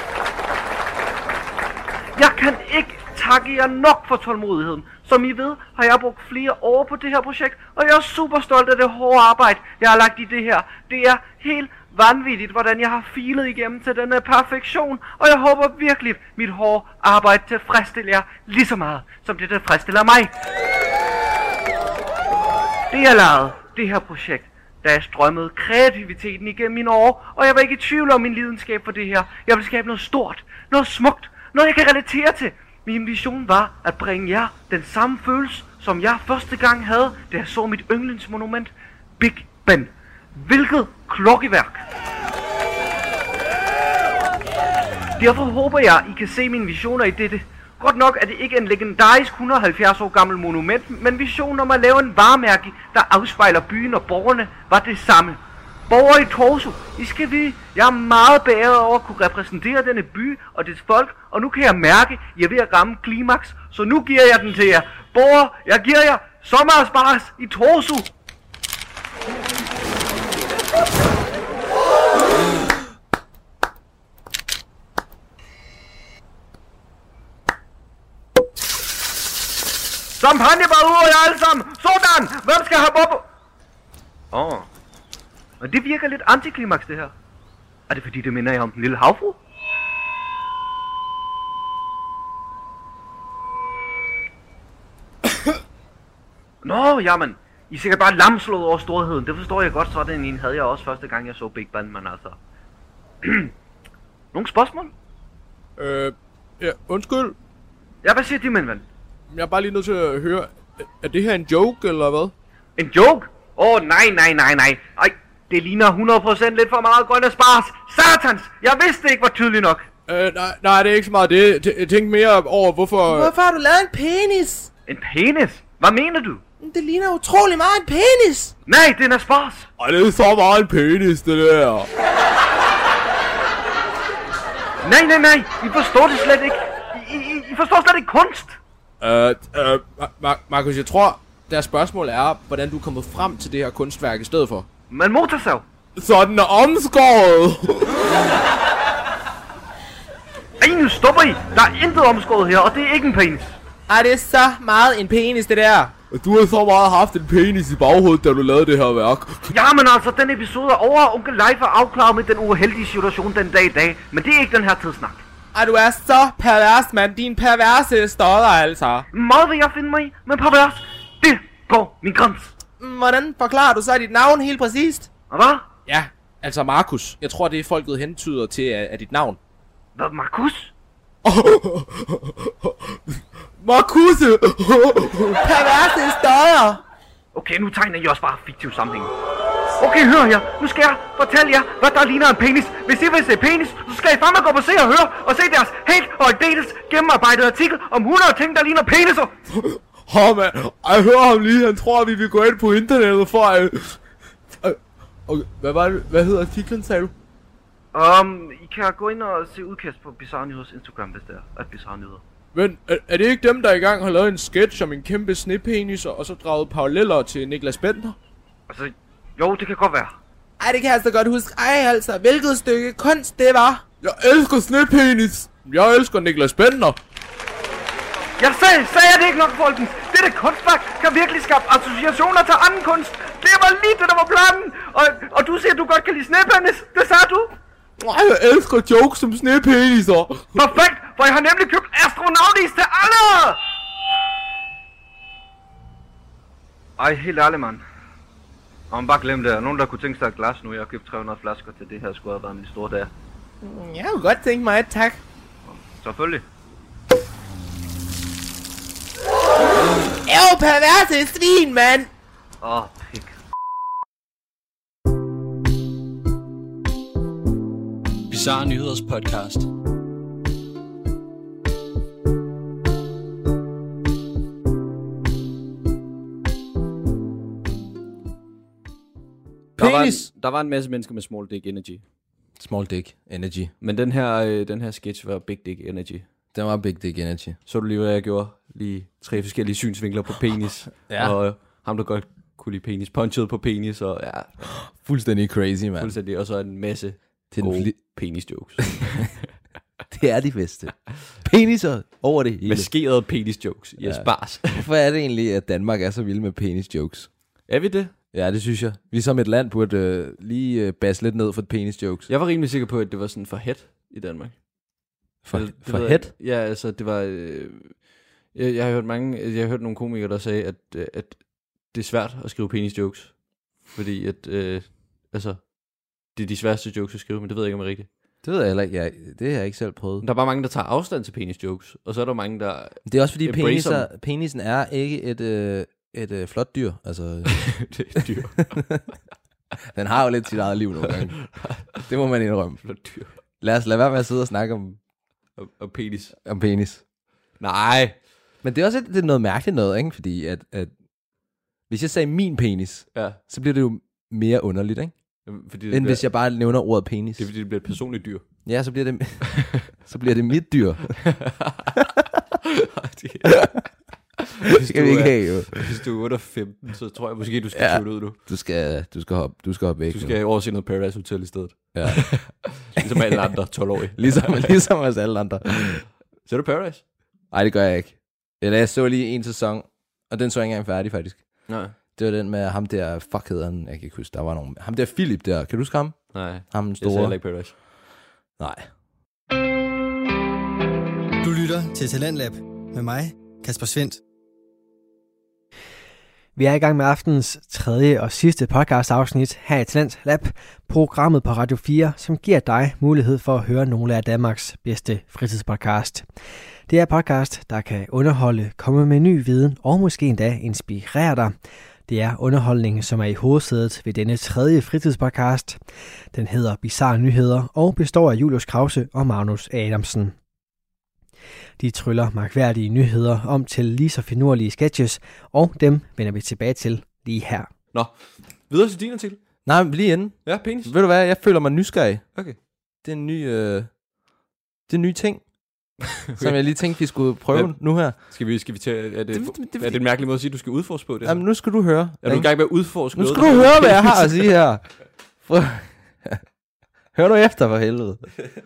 Jeg kan ikke takke jer nok for tålmodigheden. Som I ved, har jeg brugt flere år på det her projekt, og jeg er super stolt af det hårde arbejde, jeg har lagt i det her. Det er helt vanvittigt, hvordan jeg har filet igennem til denne perfektion, og jeg håber virkelig, mit hårde arbejde tilfredsstiller jer lige så meget, som det tilfredsstiller mig. Det jeg lavede, det her projekt, da jeg strømmede kreativiteten igennem mine år, og jeg var ikke i tvivl om min lidenskab for det her. Jeg ville skabe noget stort, noget smukt, noget jeg kan relatere til. Min vision var at bringe jer den samme følelse, som jeg første gang havde, da jeg så mit yndlingsmonument, Big Ben. Hvilket klokkeværk! Derfor håber jeg, I kan se mine visioner i dette. Godt nok er det ikke en legendarisk 170 år gammel monument, men visionen om at lave en varemærke, der afspejler byen og borgerne, var det samme. Borgere i Torso, I skal vide, jeg er meget beæret over at kunne repræsentere denne by og dets folk, og nu kan jeg mærke, at I er ved at ramme klimaks, så nu giver jeg den til jer. Borgere, jeg giver jer Sommer Asparges i Torso. Champagne bare ud af jer alle sammen! Sådan! Hvem skal have bob? Og det virker lidt antiklimaks det her. Er det fordi det minder jer om den lille havfru? Nå, jamen. I er sikkert bare lamslået over storheden. Det forstår jeg godt, sådan en havde jeg også første gang jeg så Big Ben, men altså. Nogle spørgsmål? Ja, undskyld. Ja, hvad siger de, min ven? Jeg er bare lige nødt til at høre, er det her en joke, eller hvad? En joke? Nej. Ej, det ligner 100% lidt for meget grønne spars. Satans! Jeg vidste det ikke var tydeligt nok. Nej, det er ikke så meget det. Jeg tænkte mere over, hvorfor... Hvorfor har du lavet en penis? En penis? Hvad mener du? Det ligner utrolig meget en penis. Nej, det er en spars. Ej, det er så meget en penis, det der. Nej. I forstår det slet ikke. I forstår slet ikke kunst. Markus, jeg tror, deres spørgsmål er, hvordan du er kommet frem til det her kunstværk i stedet for. Men motorsav. Så den er omskåret. Ej, nu stopper I. Der er intet omskåret her, og det er ikke en penis. Ej, det er så meget en penis, det der. Du har så meget haft en penis i baghovedet, da du lavede det her værk. Jamen altså, den episode er over, og onkel Leif er afklaret med den uheldige situation den dag i dag. Men det er ikke den her tidssnak. Ej, du er så pervers, mand. Din perverse stodder, altså. Meget vil jeg finde mig i, men pervers, det går min grænse. Hvordan forklarer du så dit navn helt præcist? Hvad? Ja, altså Markus. Jeg tror, det er folket hentyder til af dit navn. Hvad, Markus? Markusse! Perverse stodder! Okay, nu tegner I også bare fiktiv sammenhæng. Okay, hør her. Nu skal jeg fortælle jer, hvad der ligner en penis. Hvis I vil se penis, så skal I fandme gå på Se og Hør og se deres helt og aldeles gennemarbejdede artikel om 100 ting, der ligner peniser. Man. Jeg hører ham lige. Han tror, vi vil gå ind på internettet for at... Okay, hvad hedder artiklen, sagde du? I kan gå ind og se udkast på Bizarre Nyheders Instagram, hvis det er, at Bizarre Nyheder. Men er det ikke dem, der i gang har lavet en sketch om en kæmpe snepenis, og så draget paralleller til Niklas Bentner? Altså, jo, det kan godt være. Ej, det kan jeg så godt huske. Ej, altså, hvilket stykke kunst det var. Jeg elsker snepenis. Jeg elsker Niklas Bentner. Jeg sagde det ikke nok, folkens. Dette kunstværk kan virkelig skabe associationer til anden kunst. Det var lige det, der var planen. Og du siger, at du godt kan lide snepenis. Det sagde du. Ej, jeg elsker jokes som snepeniser. Perfekt, for jeg har nemlig købt astronautis til alle. Ej, helt ærligt, mand. Og bare glem det. Nogen, der kunne tænke sig et glas nu. Jeg har købt 300 flasker til det her. Skulle have været min store dag. Jeg kunne godt tænke mig et, tak. Selvfølgelig. Perverse svin, mand. Pik. Bizarre Nyheders podcast. Der var en masse mennesker med small dick energy. Small dick energy. Men den her sketch var big dick energy. Den var big dick energy. Så du lige, hvad jeg gjorde? lige 3 forskellige synsvinkler på penis. Ja. Og ham, der godt kunne lide penis, punchet på penis, og ja, Fuldstændig crazy, mand. fuldstændig. Og så en masse Det er gode penis-jokes. Det er de bedste. Peniser over det hele. Maskerede penis-jokes. Yes, bars. Hvorfor er det egentlig, at Danmark er så vild med penis-jokes? Er vi det? Ja, det synes jeg. Vi som et land burde lige basse lidt ned for penis-jokes. Jeg var rimelig sikker på, at det var sådan for het i Danmark. For ved jeg het? ikke. Ja, altså det var... jeg har hørt nogle komikere, der sagde, at det er svært at skrive penis-jokes. Fordi at... altså, det er de sværeste jokes at skrive, men det ved jeg ikke, om det er rigtigt. Det ved jeg heller ikke. Det har jeg ikke selv prøvet. Der er bare mange, der tager afstand til penis-jokes. Og så er der mange, der... Det er også fordi embracer penisen er ikke et flot dyr. Altså, det er et dyr. Den har jo lidt sit eget liv nogle gange. Det må man indrømme. Flot dyr. Lad os lade være med at sidde og snakke Og penis. om penis. Nej. Men det er også det er noget mærkeligt noget, ikke? Fordi at hvis jeg sagde min penis, Ja. så bliver det jo mere underligt, ikke? Fordi End hvis jeg bare nævner ordet penis. Det er fordi, det bliver et personligt dyr. Ja, så bliver det, så bliver det mit dyr. Det skal vi ikke have, jo. Hvis du er under 15, så tror jeg måske, du skal tune ud nu. Du skal hoppe væk. Du skal overse noget Paradise Hotel i stedet. Ja. Ligesom alle andre 12-årige. ligesom os alle andre. Ser du Paradise? Nej, det gør jeg ikke. Eller jeg så lige en sæson, og den så jeg ikke engang færdig, faktisk. Nej. Det var den med ham der, fuck hedder han, jeg kan ikke huske, der var nogen. Ham der Philip der, kan du huske ham? Nej, ham jeg store. ser ikke Paradise. Nej. Du lytter til Talentlab med mig, Kasper Svendt. Vi er i gang med aftenens tredje og sidste podcast-afsnit her i Talentlab, programmet på Radio 4, som giver dig mulighed for at høre nogle af Danmarks bedste fritidspodcast. Det er podcast, der kan underholde, komme med ny viden og måske endda inspirere dig. Det er underholdningen, som er i hovedsædet ved denne tredje fritidspodcast. Den hedder Bizarre Nyheder og består af Julius Krause og Magnus Adamsen. De tryller mærkværdige nyheder om til lige så finurlige sketches, og dem vender vi tilbage til lige her. Nå, videre til din artikel. Nej, lige inden. Ja, penis. Ved du hvad, jeg føler mig nysgerrig. Okay. Det er en ny ting, som jeg lige tænkte, vi skulle prøve nu her. Skal vi tage, er det en mærkelig måde at sige, at du skal udforske på det? Jamen, nu skal du høre. Er du i gang med at udforske nu noget? Nu skal du høre, hvad jeg har at sige her. Hør nu efter, for helvede.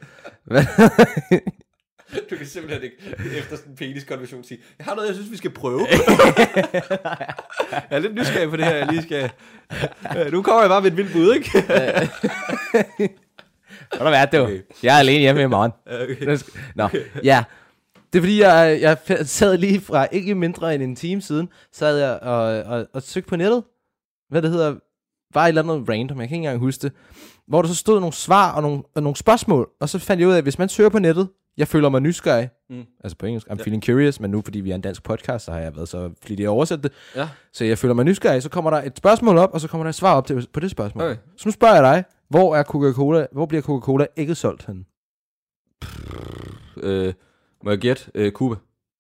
Du kan simpelthen ikke efter sådan en peniskonversion sige, jeg har noget, jeg synes, vi skal prøve. Jeg er lidt nysgerrig på det her, jeg lige skal... Nu kommer jeg bare med et vildt bud, ikke? Hvad der været, det okay. Jeg er alene hjemme i morgen. Okay. Nå, ja. Det er fordi, jeg sad lige fra ikke mindre end en time siden, sad jeg og søgte på nettet, hvad det hedder, bare et eller andet random, jeg kan ikke engang huske det, hvor der så stod nogle svar og nogle spørgsmål, og så fandt jeg ud af, at hvis man søger på nettet, jeg føler mig nysgerrig, altså på engelsk, I'm feeling curious, men nu fordi vi er en dansk podcast, så har jeg været så flittig at oversætte det, så jeg føler mig nysgerrig, så kommer der et spørgsmål op, og så kommer der et svar op på det spørgsmål. Okay. Så nu spørger jeg dig, hvor bliver Coca-Cola ikke solgt henne? Må jeg gætte? Cuba.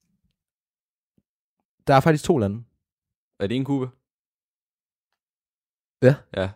Der er faktisk 2 lande. Er det en Cuba? Ja. Ja,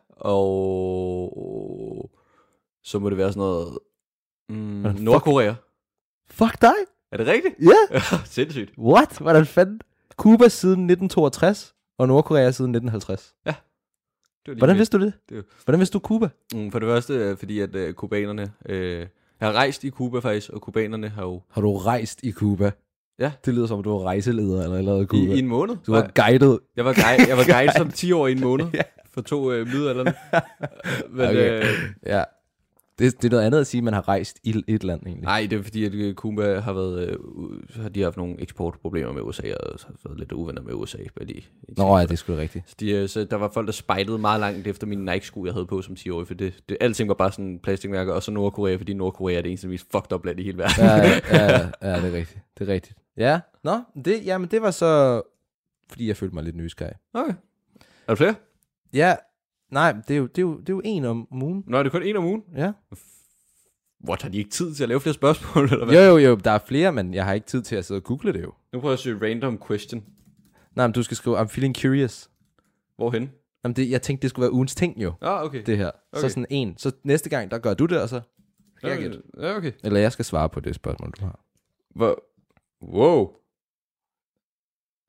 og så må det være sådan noget Nordkorea. Fuck dig. Er det rigtigt? Ja. Yeah. Sindssygt. What? Hvordan fanden? Cuba siden 1962, og Nordkorea siden 1950. Ja. Hvordan vidste du det? Hvordan vidste du Cuba? For det første, fordi at kubanerne... jeg har rejst i Cuba faktisk, og kubanerne har jo... Har du rejst i Cuba? Ja. Det lyder som, at du var rejseleder eller noget i Cuba. I en måned. Du var guidet. Jeg var guide som 10 år i en måned. Ja. For 2 middelalderne. Men, okay. Ja. Det er noget andet at sige, at man har rejst i et land egentlig. Nej, det er fordi, at Cuba har været... de har haft nogle eksportproblemer med USA, og har været lidt uvenner med USA. Nå ja, det er sgu rigtigt. Så der var folk, der spejdede meget langt efter mine Nike-sko, jeg havde på som 10-årig, for alting var bare sådan plastikmærker, og så Nordkorea, fordi Nordkorea er det eneste mest fucked up land i hele verden. Ja, det er rigtigt. Det er rigtigt. Ja, men det var så, fordi jeg følte mig lidt nysgerrig. Okay. Er der flere? Ja, nej, det er jo en om ugen. Nå, er det kun en om ugen? Ja. What, har de ikke tid til at lave flere spørgsmål, eller hvad? Jo, der er flere, men jeg har ikke tid til at sidde og google det jo. Nu prøver jeg at søge random question. Nej, men du skal skrive, I'm feeling curious. Hvorhen? Jamen jeg tænkte, det skulle være ugens ting jo. Okay. Det her. Okay. Så sådan en. Så næste gang, der gør du det, og så skal jeg gætte. Ja, okay. Eller jeg skal svare på det spørgsmål, du har. Wow.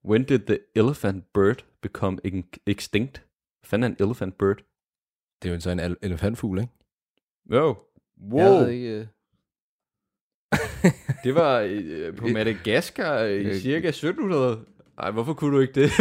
When did the elephant bird become extinct? Hvad fanden er en elephant bird? Det er jo så en elefantfugl, ikke? Jo. Wow. Jeg ved ikke... Det var på Madagaskar i cirka 1700. Ej, hvorfor kunne du ikke det?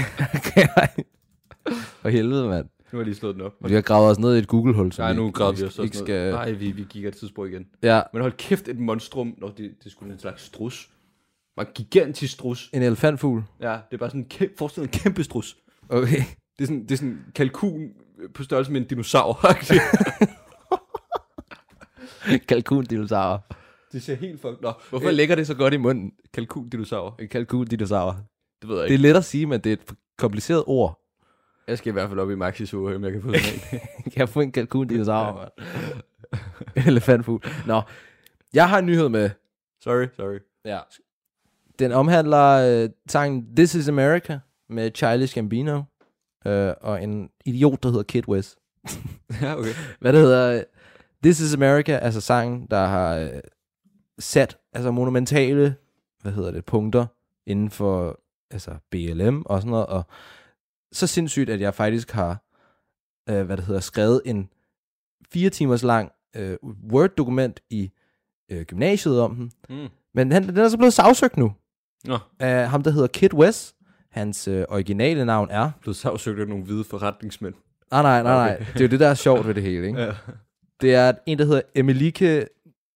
For helvede, mand. Nu har de slået den op. Vi har gravet os ned i et Google-hul. Nej, nu graver vi os ikke også skal... Nej, vi gik et tidsspor igen. Ja. Men hold kæft, et monstrum, når det skulle en slags strus. En gigantisk strus. En elefantfugl? Ja, det er bare sådan forestillet en kæmpe strus. Okay. Det er sådan en kalkun på størrelse med en dinosaur. Kalkun-dinosaur. Det ser helt fucked. Hvorfor ligger det så godt i munden? Kalkun-dinosaur. En kalkun-dinosaur. Det ved jeg ikke. Det er let at sige, men det er et kompliceret ord. Jeg skal i hvert fald op i Maxis uge, om jeg kan få sådan en. Kan jeg få en kalkun-dinosaur, mand? Elefantfugl. Nå, jeg har en nyhed med. Sorry. Ja. Den omhandler sangen This Is America med Childish Gambino og en idiot, der hedder Kid West. Ja, okay. Hvad det hedder... This Is America, altså sangen, der har sat monumentale, punkter inden for BLM og sådan noget, og så sindssygt, at jeg faktisk har, skrevet en 4 timers lang Word-dokument i gymnasiet om den. Men den er så blevet sagsøgt nu. Af ham, der hedder Kid West. Hans originale navn er... Blevet sagsøgt af nogle hvide forretningsmænd. Nej. Okay. Det er jo det, der er sjovt ved det hele, ikke? Ja. Det er en, der hedder Emilike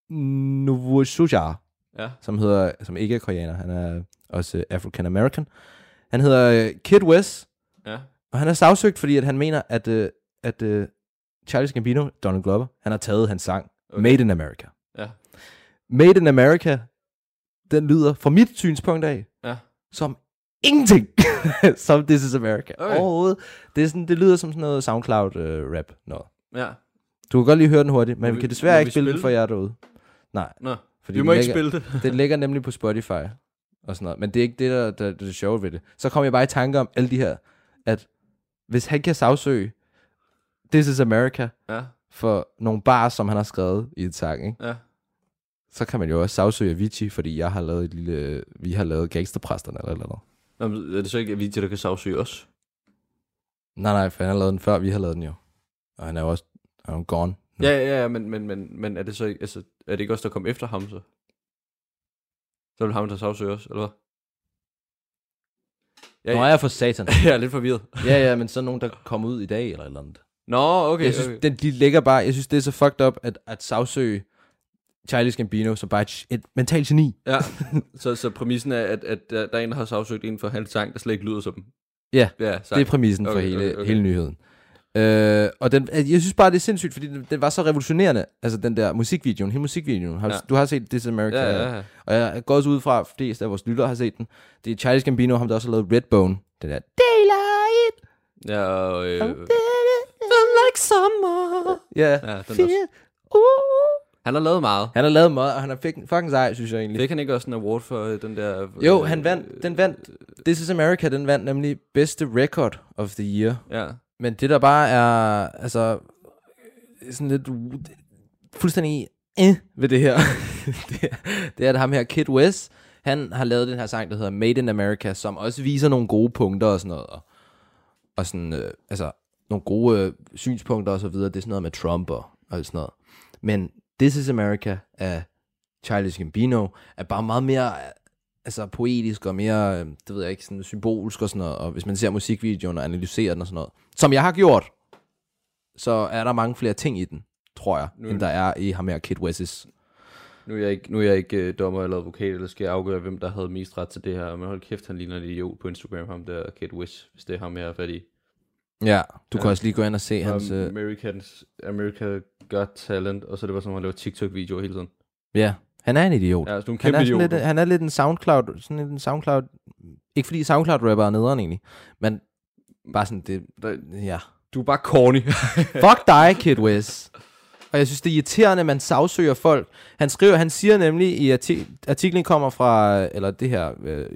Novosujar, som ikke er koreaner. Han er også African American. Han hedder Kid West, og han er sagsøgt, fordi at han mener, at Childish Gambino, Donald Glover, han har taget hans sang Made in America. Ja. Made in America, den lyder fra mit synspunkt af, som ingenting, som This Is America. Overhovedet. Det lyder som sådan noget SoundCloud-rap noget. Ja. Du kan godt lige høre den hurtigt, men vi kan desværre ikke spille den for jer derude. Nej. Fordi vi må ikke spille det. Den ligger nemlig på Spotify og sådan noget. Men det er ikke det, der er det sjove ved det. Så kommer jeg bare i tanke om alle de her, at hvis han kan sagsøge This Is America for nogle bars, som han har skrevet i et sang, ikke? Ja. Så kan man jo også sagsøge Avicii, fordi jeg har lavet vi har lavet Gangsterpræsterne eller noget. Jamen, er det så ikke Avicii, der kan sagsøge os? Nej, for han har lavet den før, vi har lavet den jo. Og han er jo også gone. Ja, men er det så ikke, er det ikke også der kom efter ham så? Så vil ham der sagsøge os, eller hvad? Nå, jeg er for satan. Jeg er lidt forvirret. Ja, men så nogen, der kommer ud i dag, eller et eller andet. Nå, okay. Jeg synes, de ligger bare, jeg synes, det er så fucked up, at sagsøge Childish Gambino som bare et mentalt geni. Ja, så præmissen er, at der er en, der har sagsøgt en for hans sang, der slet ikke lyder som dem. Ja, det er præmissen for hele nyheden. Og jeg synes bare, det er sindssygt, fordi den var så revolutionerende. Altså den der musikvideoen, hele musikvideoen. Du har set This America. Ja. Og jeg går også ud fra, at flest af vores lyttere har set den. Det er Childish Gambino, ham der også har lavet Redbone. Den der Daylight. Ja, og... like summer. Ja, den også. Han har lavet meget. Og han er fucking sej, synes jeg egentlig. Fik han ikke også en award for den der... Jo, den vandt. This Is America, den vandt nemlig bedste record of the year. Ja. Men det der bare er, sådan lidt fuldstændig ved det her, det er, at ham her, Kid West, han har lavet den her sang, der hedder Made in America, som også viser nogle gode punkter og sådan noget. Og sådan, nogle gode synspunkter og så videre. Det er sådan noget med Trump og sådan noget. Men This Is America af Childish Gambino er bare meget mere... poetisk og mere, det ved jeg ikke, sådan symbolsk og sådan noget, og hvis man ser musikvideoen og analyserer den og sådan noget, som jeg har gjort, så er der mange flere ting i den, tror jeg, end der er i ham her Kid West's. Nu er jeg ikke dommer eller advokat, eller skal jeg afgøre, hvem der havde mest ret til det her, men hold kæft, han ligner en idiot på Instagram, ham der Kid West, hvis det er ham, jeg er fat i. Ja, du kan også lige gå ind og se hans... America Got Talent, og så det var sådan, at han laver TikTok-videoer hele tiden. Ja. Han er en idiot. Ja, han er lidt en SoundCloud, ikke fordi SoundCloud-rapper er nederen egentlig, men bare sådan det, ja. Du er bare corny. Fuck dig, Kid West. Og jeg synes, det er irriterende, at man sagsøger folk. Han siger nemlig i artiklen kommer fra, eller det her,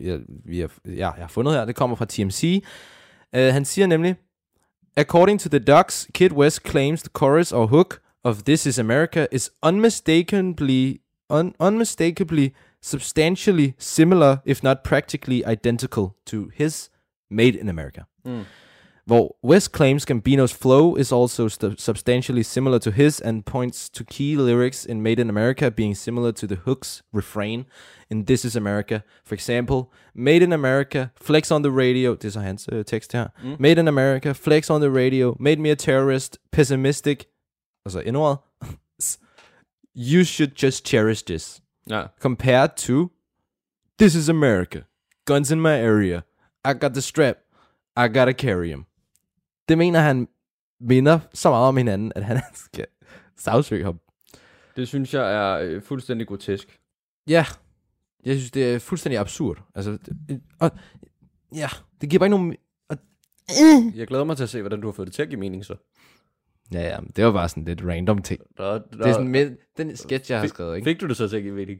jeg har fundet her, det kommer fra TMZ. Han siger nemlig, according to the docs, Kid West claims the chorus or hook of This Is America is unmistakably substantially similar, if not practically identical to his Made in America. Hvor West claims Gambino's flow is also substantially similar to his and points to key lyrics in Made in America being similar to the hook's refrain in This Is America. For example, Made in America, flex on the radio, det er så hans tekst her. Made in America, flex on the radio, made me a terrorist, pessimistic, altså endordet. You should just cherish this. Compared to This Is America, guns in my area, I got the strap, I gotta carry him. Det mener han minder så meget om hinanden, at han skal sagsøge ham. Det synes jeg er fuldstændig grotesk. Ja, jeg synes, det er fuldstændig absurd. Altså, det giver bare ikke nogen... Jeg glæder mig til at se, hvordan du har fået det til at give mening så. Ja, det var bare sådan lidt random ting. Det er sådan med den sketch, jeg har skrevet, ikke? Fik du det så til at give mening?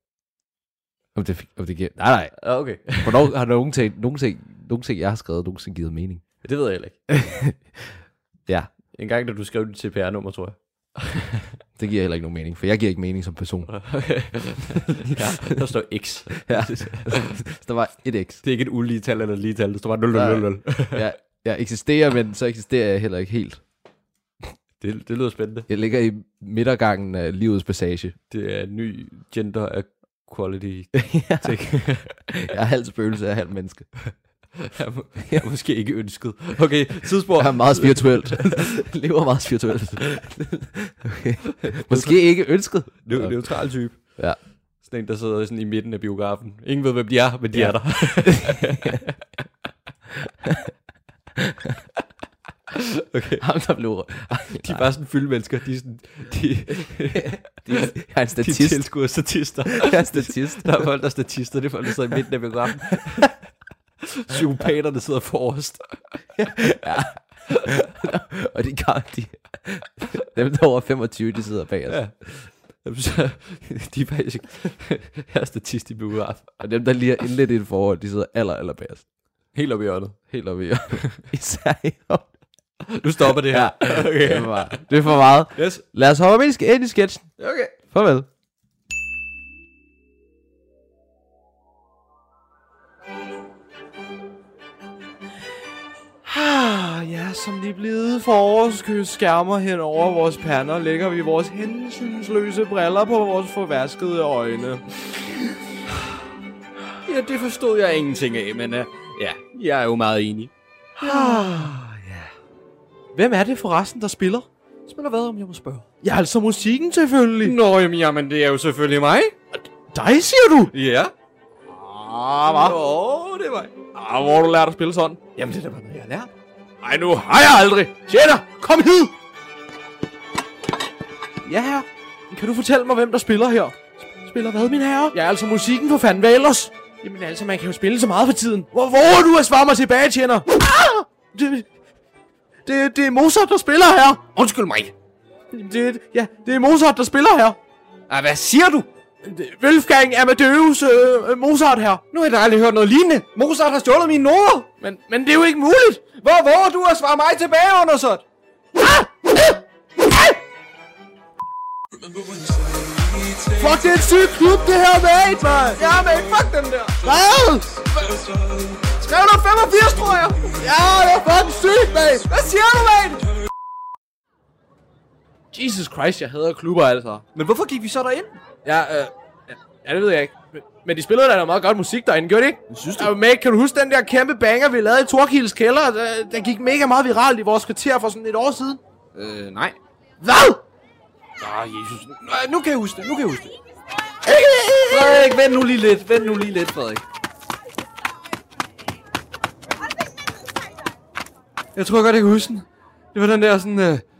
Det giver... Nej. Okay. Hvornår har nogen ting, jeg har skrevet, nogensinde givet mening? Det ved jeg heller ikke. Ja. En gang, da du skrev dit CPR-nummer, tror jeg. Det giver heller ikke nogen mening, for jeg giver ikke mening som person. Ja, der står X. Ja, der var et X. Det er ikke et ulige tal eller lige tal, der står bare 0. Ja, jeg eksisterer, men så eksisterer jeg heller ikke helt. Det lyder spændende. Jeg ligger i midtergangen af livets passage. Det er en ny gender equality ting. Jeg er halvt spøgelse af halvt menneske. Jeg er måske ikke ønsket. Okay, tidsspor. Jeg er meget spirituelt. Lever meget spirituelt. Okay. Måske ikke ønsket. Neutral type. Ja. Sådan en, der sidder sådan i midten af biografen. Ingen ved, hvem de er, men de er der. Okay. Ham, der blev... De er bare sådan fylde mennesker. De er sådan... Jeg er en statist. De er tilskuer statister. Jeg er statist. Der er folk, der er statister. Det er folk, der sidder i midten af biografen. Psykopaterne sidder forrest. Ja. Og de dem der over 25, de sidder bag os. Ja. De er faktisk er statist i biograf. Og dem, der lige har indledt i et forhold, de sidder aller bag os. Helt oppe i hjørnet. Helt oppe i hjørnet. Især i hjørnet. Nu stopper det her. Ja. Okay. Det er for meget. Yes. Lad os hoppe ind i sketchen. Okay. Farvel. Ja, som de blide forårskys skærmer hen over vores pander, lægger vi vores hensynsløse briller på vores forvaskede øjne. Ja, det forstod jeg ingenting af, men ja, jeg er jo meget enig. Hvem er det forresten, der spiller? Spiller hvad, om jeg må spørge? Ja, altså musikken selvfølgelig. Nå, jamen det er jo selvfølgelig mig. Dig, siger du? Ja. Hvad? Nå, det er mig. Hvor har du lært at spille sådan? Jamen det er da bare noget, jeg har lært. Ej, nu har jeg aldrig. Tjener, kom hid! Ja, her. Kan du fortælle mig, hvem der spiller her? Spiller hvad, min herre? Ja, altså musikken for fanden Valers. Jamen altså, man kan jo spille så meget for tiden. Hvor er du at svare mig tilbage, tjener? Det er Mozart, der spiller her. Undskyld mig. Det er Mozart, der spiller her. Hvad siger du? Wolfgang Amadeus Mozart her. Nu har jeg da aldrig hørt noget lignende. Mozart har stjålet mine noter. Men det er jo ikke muligt. Hvor er du at svare mig tilbage, undersåt? Fuck, det er en syg klub, det her, mate, man. Ja, mate, fuck den der. Hvad? Skrev du 85, tror jeg? Ja, det er fucking sygt, mate. Hvad siger du, mate? Jesus Christ, jeg hader klubber, altså. Men hvorfor gik vi så derind? Ja, det ved jeg ikke. Men de spillede da noget meget godt musik derinde, gjorde de ikke? Synes du? Mate, kan du huske den der kæmpe banger, vi lavede i Torkildes kælder? Den gik mega meget viralt i vores kvarter for sådan et år siden. Nej. Hvad? Jesus. Nu kan jeg huske det, Frederik, vent nu lige lidt, Frederik. Jeg tror godt, jeg kan huske den. Det var den der sådan...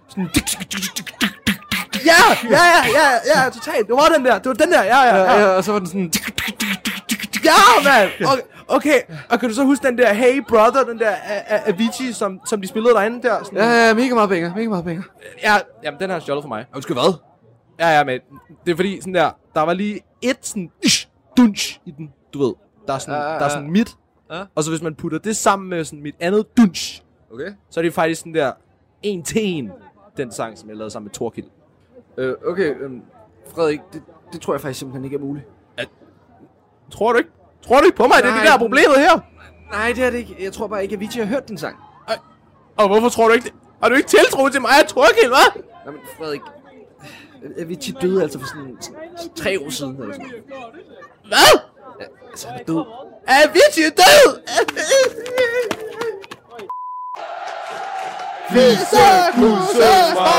Ja, totalt. Det var den der. Det var den der, ja. Og så var den sådan... Ja, mand. Okay, og kan du så huske den der Hey Brother, den der Avicii, som de spillede derinde der? Sådan. Ja, mega meget banger. Ja, jamen den har stjålet for mig. Undskyld, hvad? Ja, men det er fordi sådan der var lige et sådan dunch i den, du ved. Der er sådan mit. Og så hvis man putter det sammen med sådan mit andet dunch, okay, så er det faktisk sådan der en til en, den sang, som jeg lavede sammen med Torkild. Okay, Frederik, det tror jeg faktisk simpelthen ikke er muligt. Tror du ikke på mig? Det er det der problemet her. Nej, det er det ikke. Jeg tror bare ikke, at Avicii har hørt din sang. Og hvorfor tror du ikke det? Har du ikke tiltro til mig og Torkild, hva'? Nej, men Frederik... Avicii døde altså for sådan 3 år siden. Eller sådan. Hvad? Ja, altså, han er død. Avicii er død! Fisse, kusse,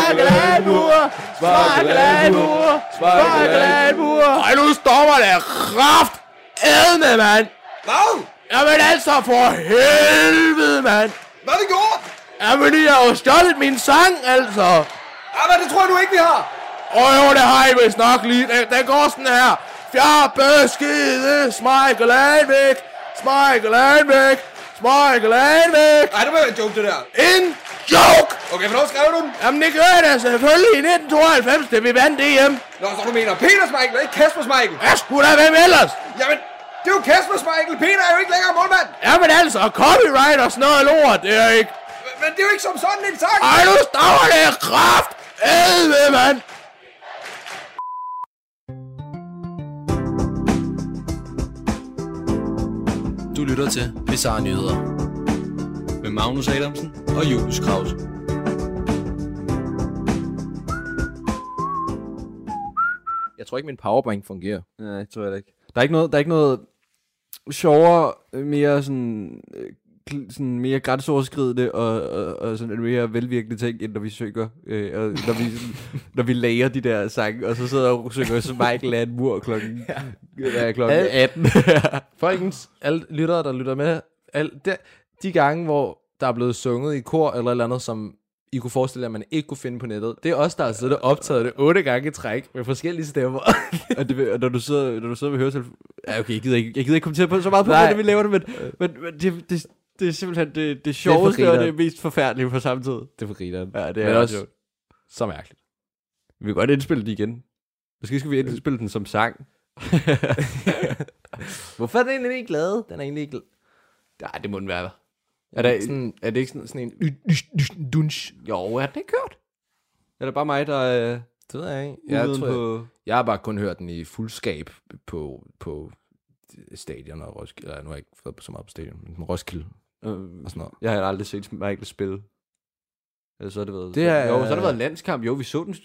sparkelandmur. Ej, nu stopper det kraft ædme, mand. Hvad? Jamen altså, for helvede, mand. Hvad har vi gjort? Jamen, I har jo stjålet min sang, altså. Jamen, det tror jeg nu ikke, vi har. Jo, det har I vist nok lige. Den går sådan her. Fjerde skide, Smeichel væk. Smeichel væk. Smeichel væk. Ej, det må være en joke, det der. En joke! Okay, hvornår skrev du den? Jamen, det gør jeg da selvfølgelig i 1992, da vi vandt DM. Nå, så du mener Peter Smeichel, ikke Kasper Smeichel? Hvad skulle der hvem ellers? Jamen, det er jo Kasper Smeichel. Peter er jo ikke længere målmand. Jamen altså, copyright og sådan noget lort, det er ikke... Men det er jo ikke som sådan en sang. Ej, nu stopper det kraft! Ædve, mand! Du lytter til Bizarre Nyheder med Magnus Adamsen og Julius Krause. Jeg tror ikke, min powerbank fungerer. Nej, det tror jeg ikke. Der er ikke noget sjovere, mere sådan mere grænseoverskridende og sådan en mere velvirkende ting, end når vi synger, når vi lager de der sange, og så sidder og synger Smeichel af en mur klokken 18. Folkens, alle lyttere, der lytter med, de gange, hvor der er blevet sunget i kor eller et eller andet, som I kunne forestille jer, at man ikke kunne finde på nettet. Det er os, der har siddet og optaget det 8 gange i træk med forskellige stemmer. og når du sidder ved høretelefonen... Ja, okay, jeg gider ikke kommentere på så meget på, hvordan vi laver det, men det er simpelthen det sjoveste og det mest forfærdelige på samme tid. Det er for grineren. Ja, det er også sjovt. Så mærkeligt. Vi kan godt indspille det igen. Måske skal vi indspille den som sang. Hvorfor er den egentlig ikke glad? Den er egentlig ikke glad. Nej, det må den være. Er det ikke sådan en dunch? Jo, er den ikke kørt? Er det bare mig, der det ved jeg ikke. Jeg har bare kun hørt den i fuldskab på stadion og Roskilde. Nu har jeg ikke været så meget på stadion, men Roskilde og sådan noget. Jeg har aldrig set Michael spille. Eller så har det været... så har det været en landskamp. Jo, vi så den...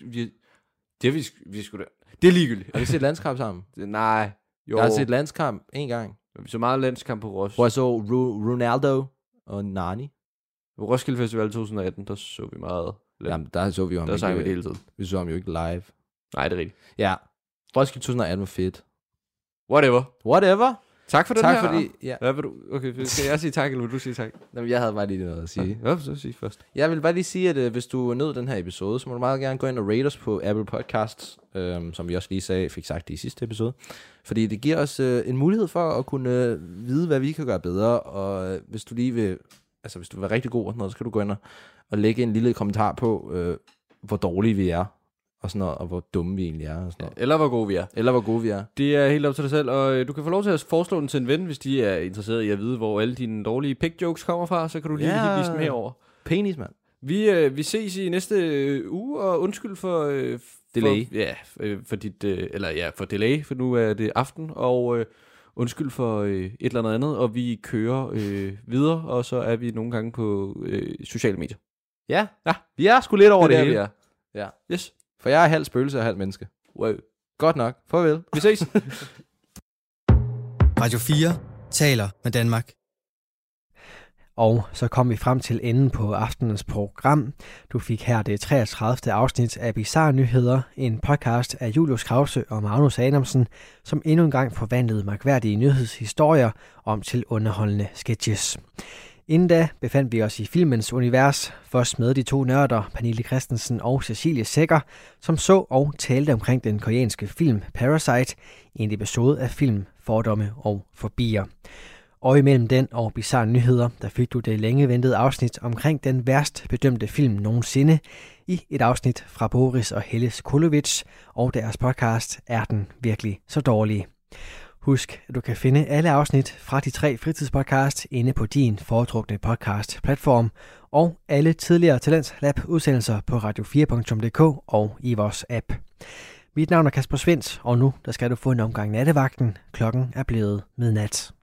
Vi skulle da... Det er ligegyldigt. Har vi set landskamp sammen? Nej. Jo. Jeg har set landskamp en gang. Vi så meget landskamp på Roskilde. Hvor jeg så Ronaldo og Nani. På Roskilde Festival 2018, der så vi meget. Jamen, der så vi jo ham der sang vi det hele tiden. Vi så ham jo ikke live. Nej, det er rigtigt. Ja. Roskilde 2018 var fedt. Whatever. Tak for den her. Fordi, ja. Hvad vil du? Okay, skal jeg sige tak, eller vil du sige tak? Jamen, jeg havde bare lige noget at sige. Ja, så sig først. Jeg vil bare lige sige, at hvis du nød den her episode, så må du meget gerne gå ind og rate os på Apple Podcasts, som vi også lige fik sagt i sidste episode. Fordi det giver os en mulighed for at kunne vide, hvad vi kan gøre bedre. Og hvis du lige vil, altså hvis du vil være rigtig god, så kan du gå ind og lægge en lille kommentar på, hvor dårlige vi er. Og sådan noget, og hvor dumme vi egentlig er. Og sådan noget. Eller hvor gode vi er. Det er helt op til dig selv, og du kan få lov til at foreslå den til en ven, hvis de er interesseret i at vide, hvor alle dine dårlige pick jokes kommer fra, så kan du lige vise dem herover. Penis, mand. Vi ses i næste uge, og undskyld for... delay. For dit... for delay, for nu er det aften, og undskyld for et eller andet, og vi kører videre, og så er vi nogle gange på sociale medier. Ja, vi er sgu lidt over det hele. Vi er. Ja. Yes. For jeg er halv spøgelse og halv menneske. Wow. Godt nok. Farvel. Vi ses. Radio 4 taler med Danmark. Og så kom vi frem til enden på aftenens program. Du fik her det 33. afsnit af Bizarre Nyheder, en podcast af Julius Krause og Magnus Adamsen, som endnu en gang forvandlede mærkværdige nyhedshistorier om til underholdende sketches. Inden da befandt vi os i filmens univers, først med de to nørder, Pernille Christensen og Cecilie Sækker, som så og talte omkring den koreanske film Parasite i en episode af film Fordomme og Fobier. Og imellem den og Bizarre Nyheder, der fik du det længe ventede afsnit omkring den værst bedømte film nogensinde i et afsnit fra Boris og Helle Kolovic, og deres podcast Er den virkelig så dårlig? Husk, at du kan finde alle afsnit fra de 3 fritidspodcasts inde på din foretrukne podcast-platform, og alle tidligere Talents Lab udsendelser på radio4.dk og i vores app. Mit navn er Kasper Svens, og nu der skal du få en omgang nattevagten. Klokken er blevet midnat.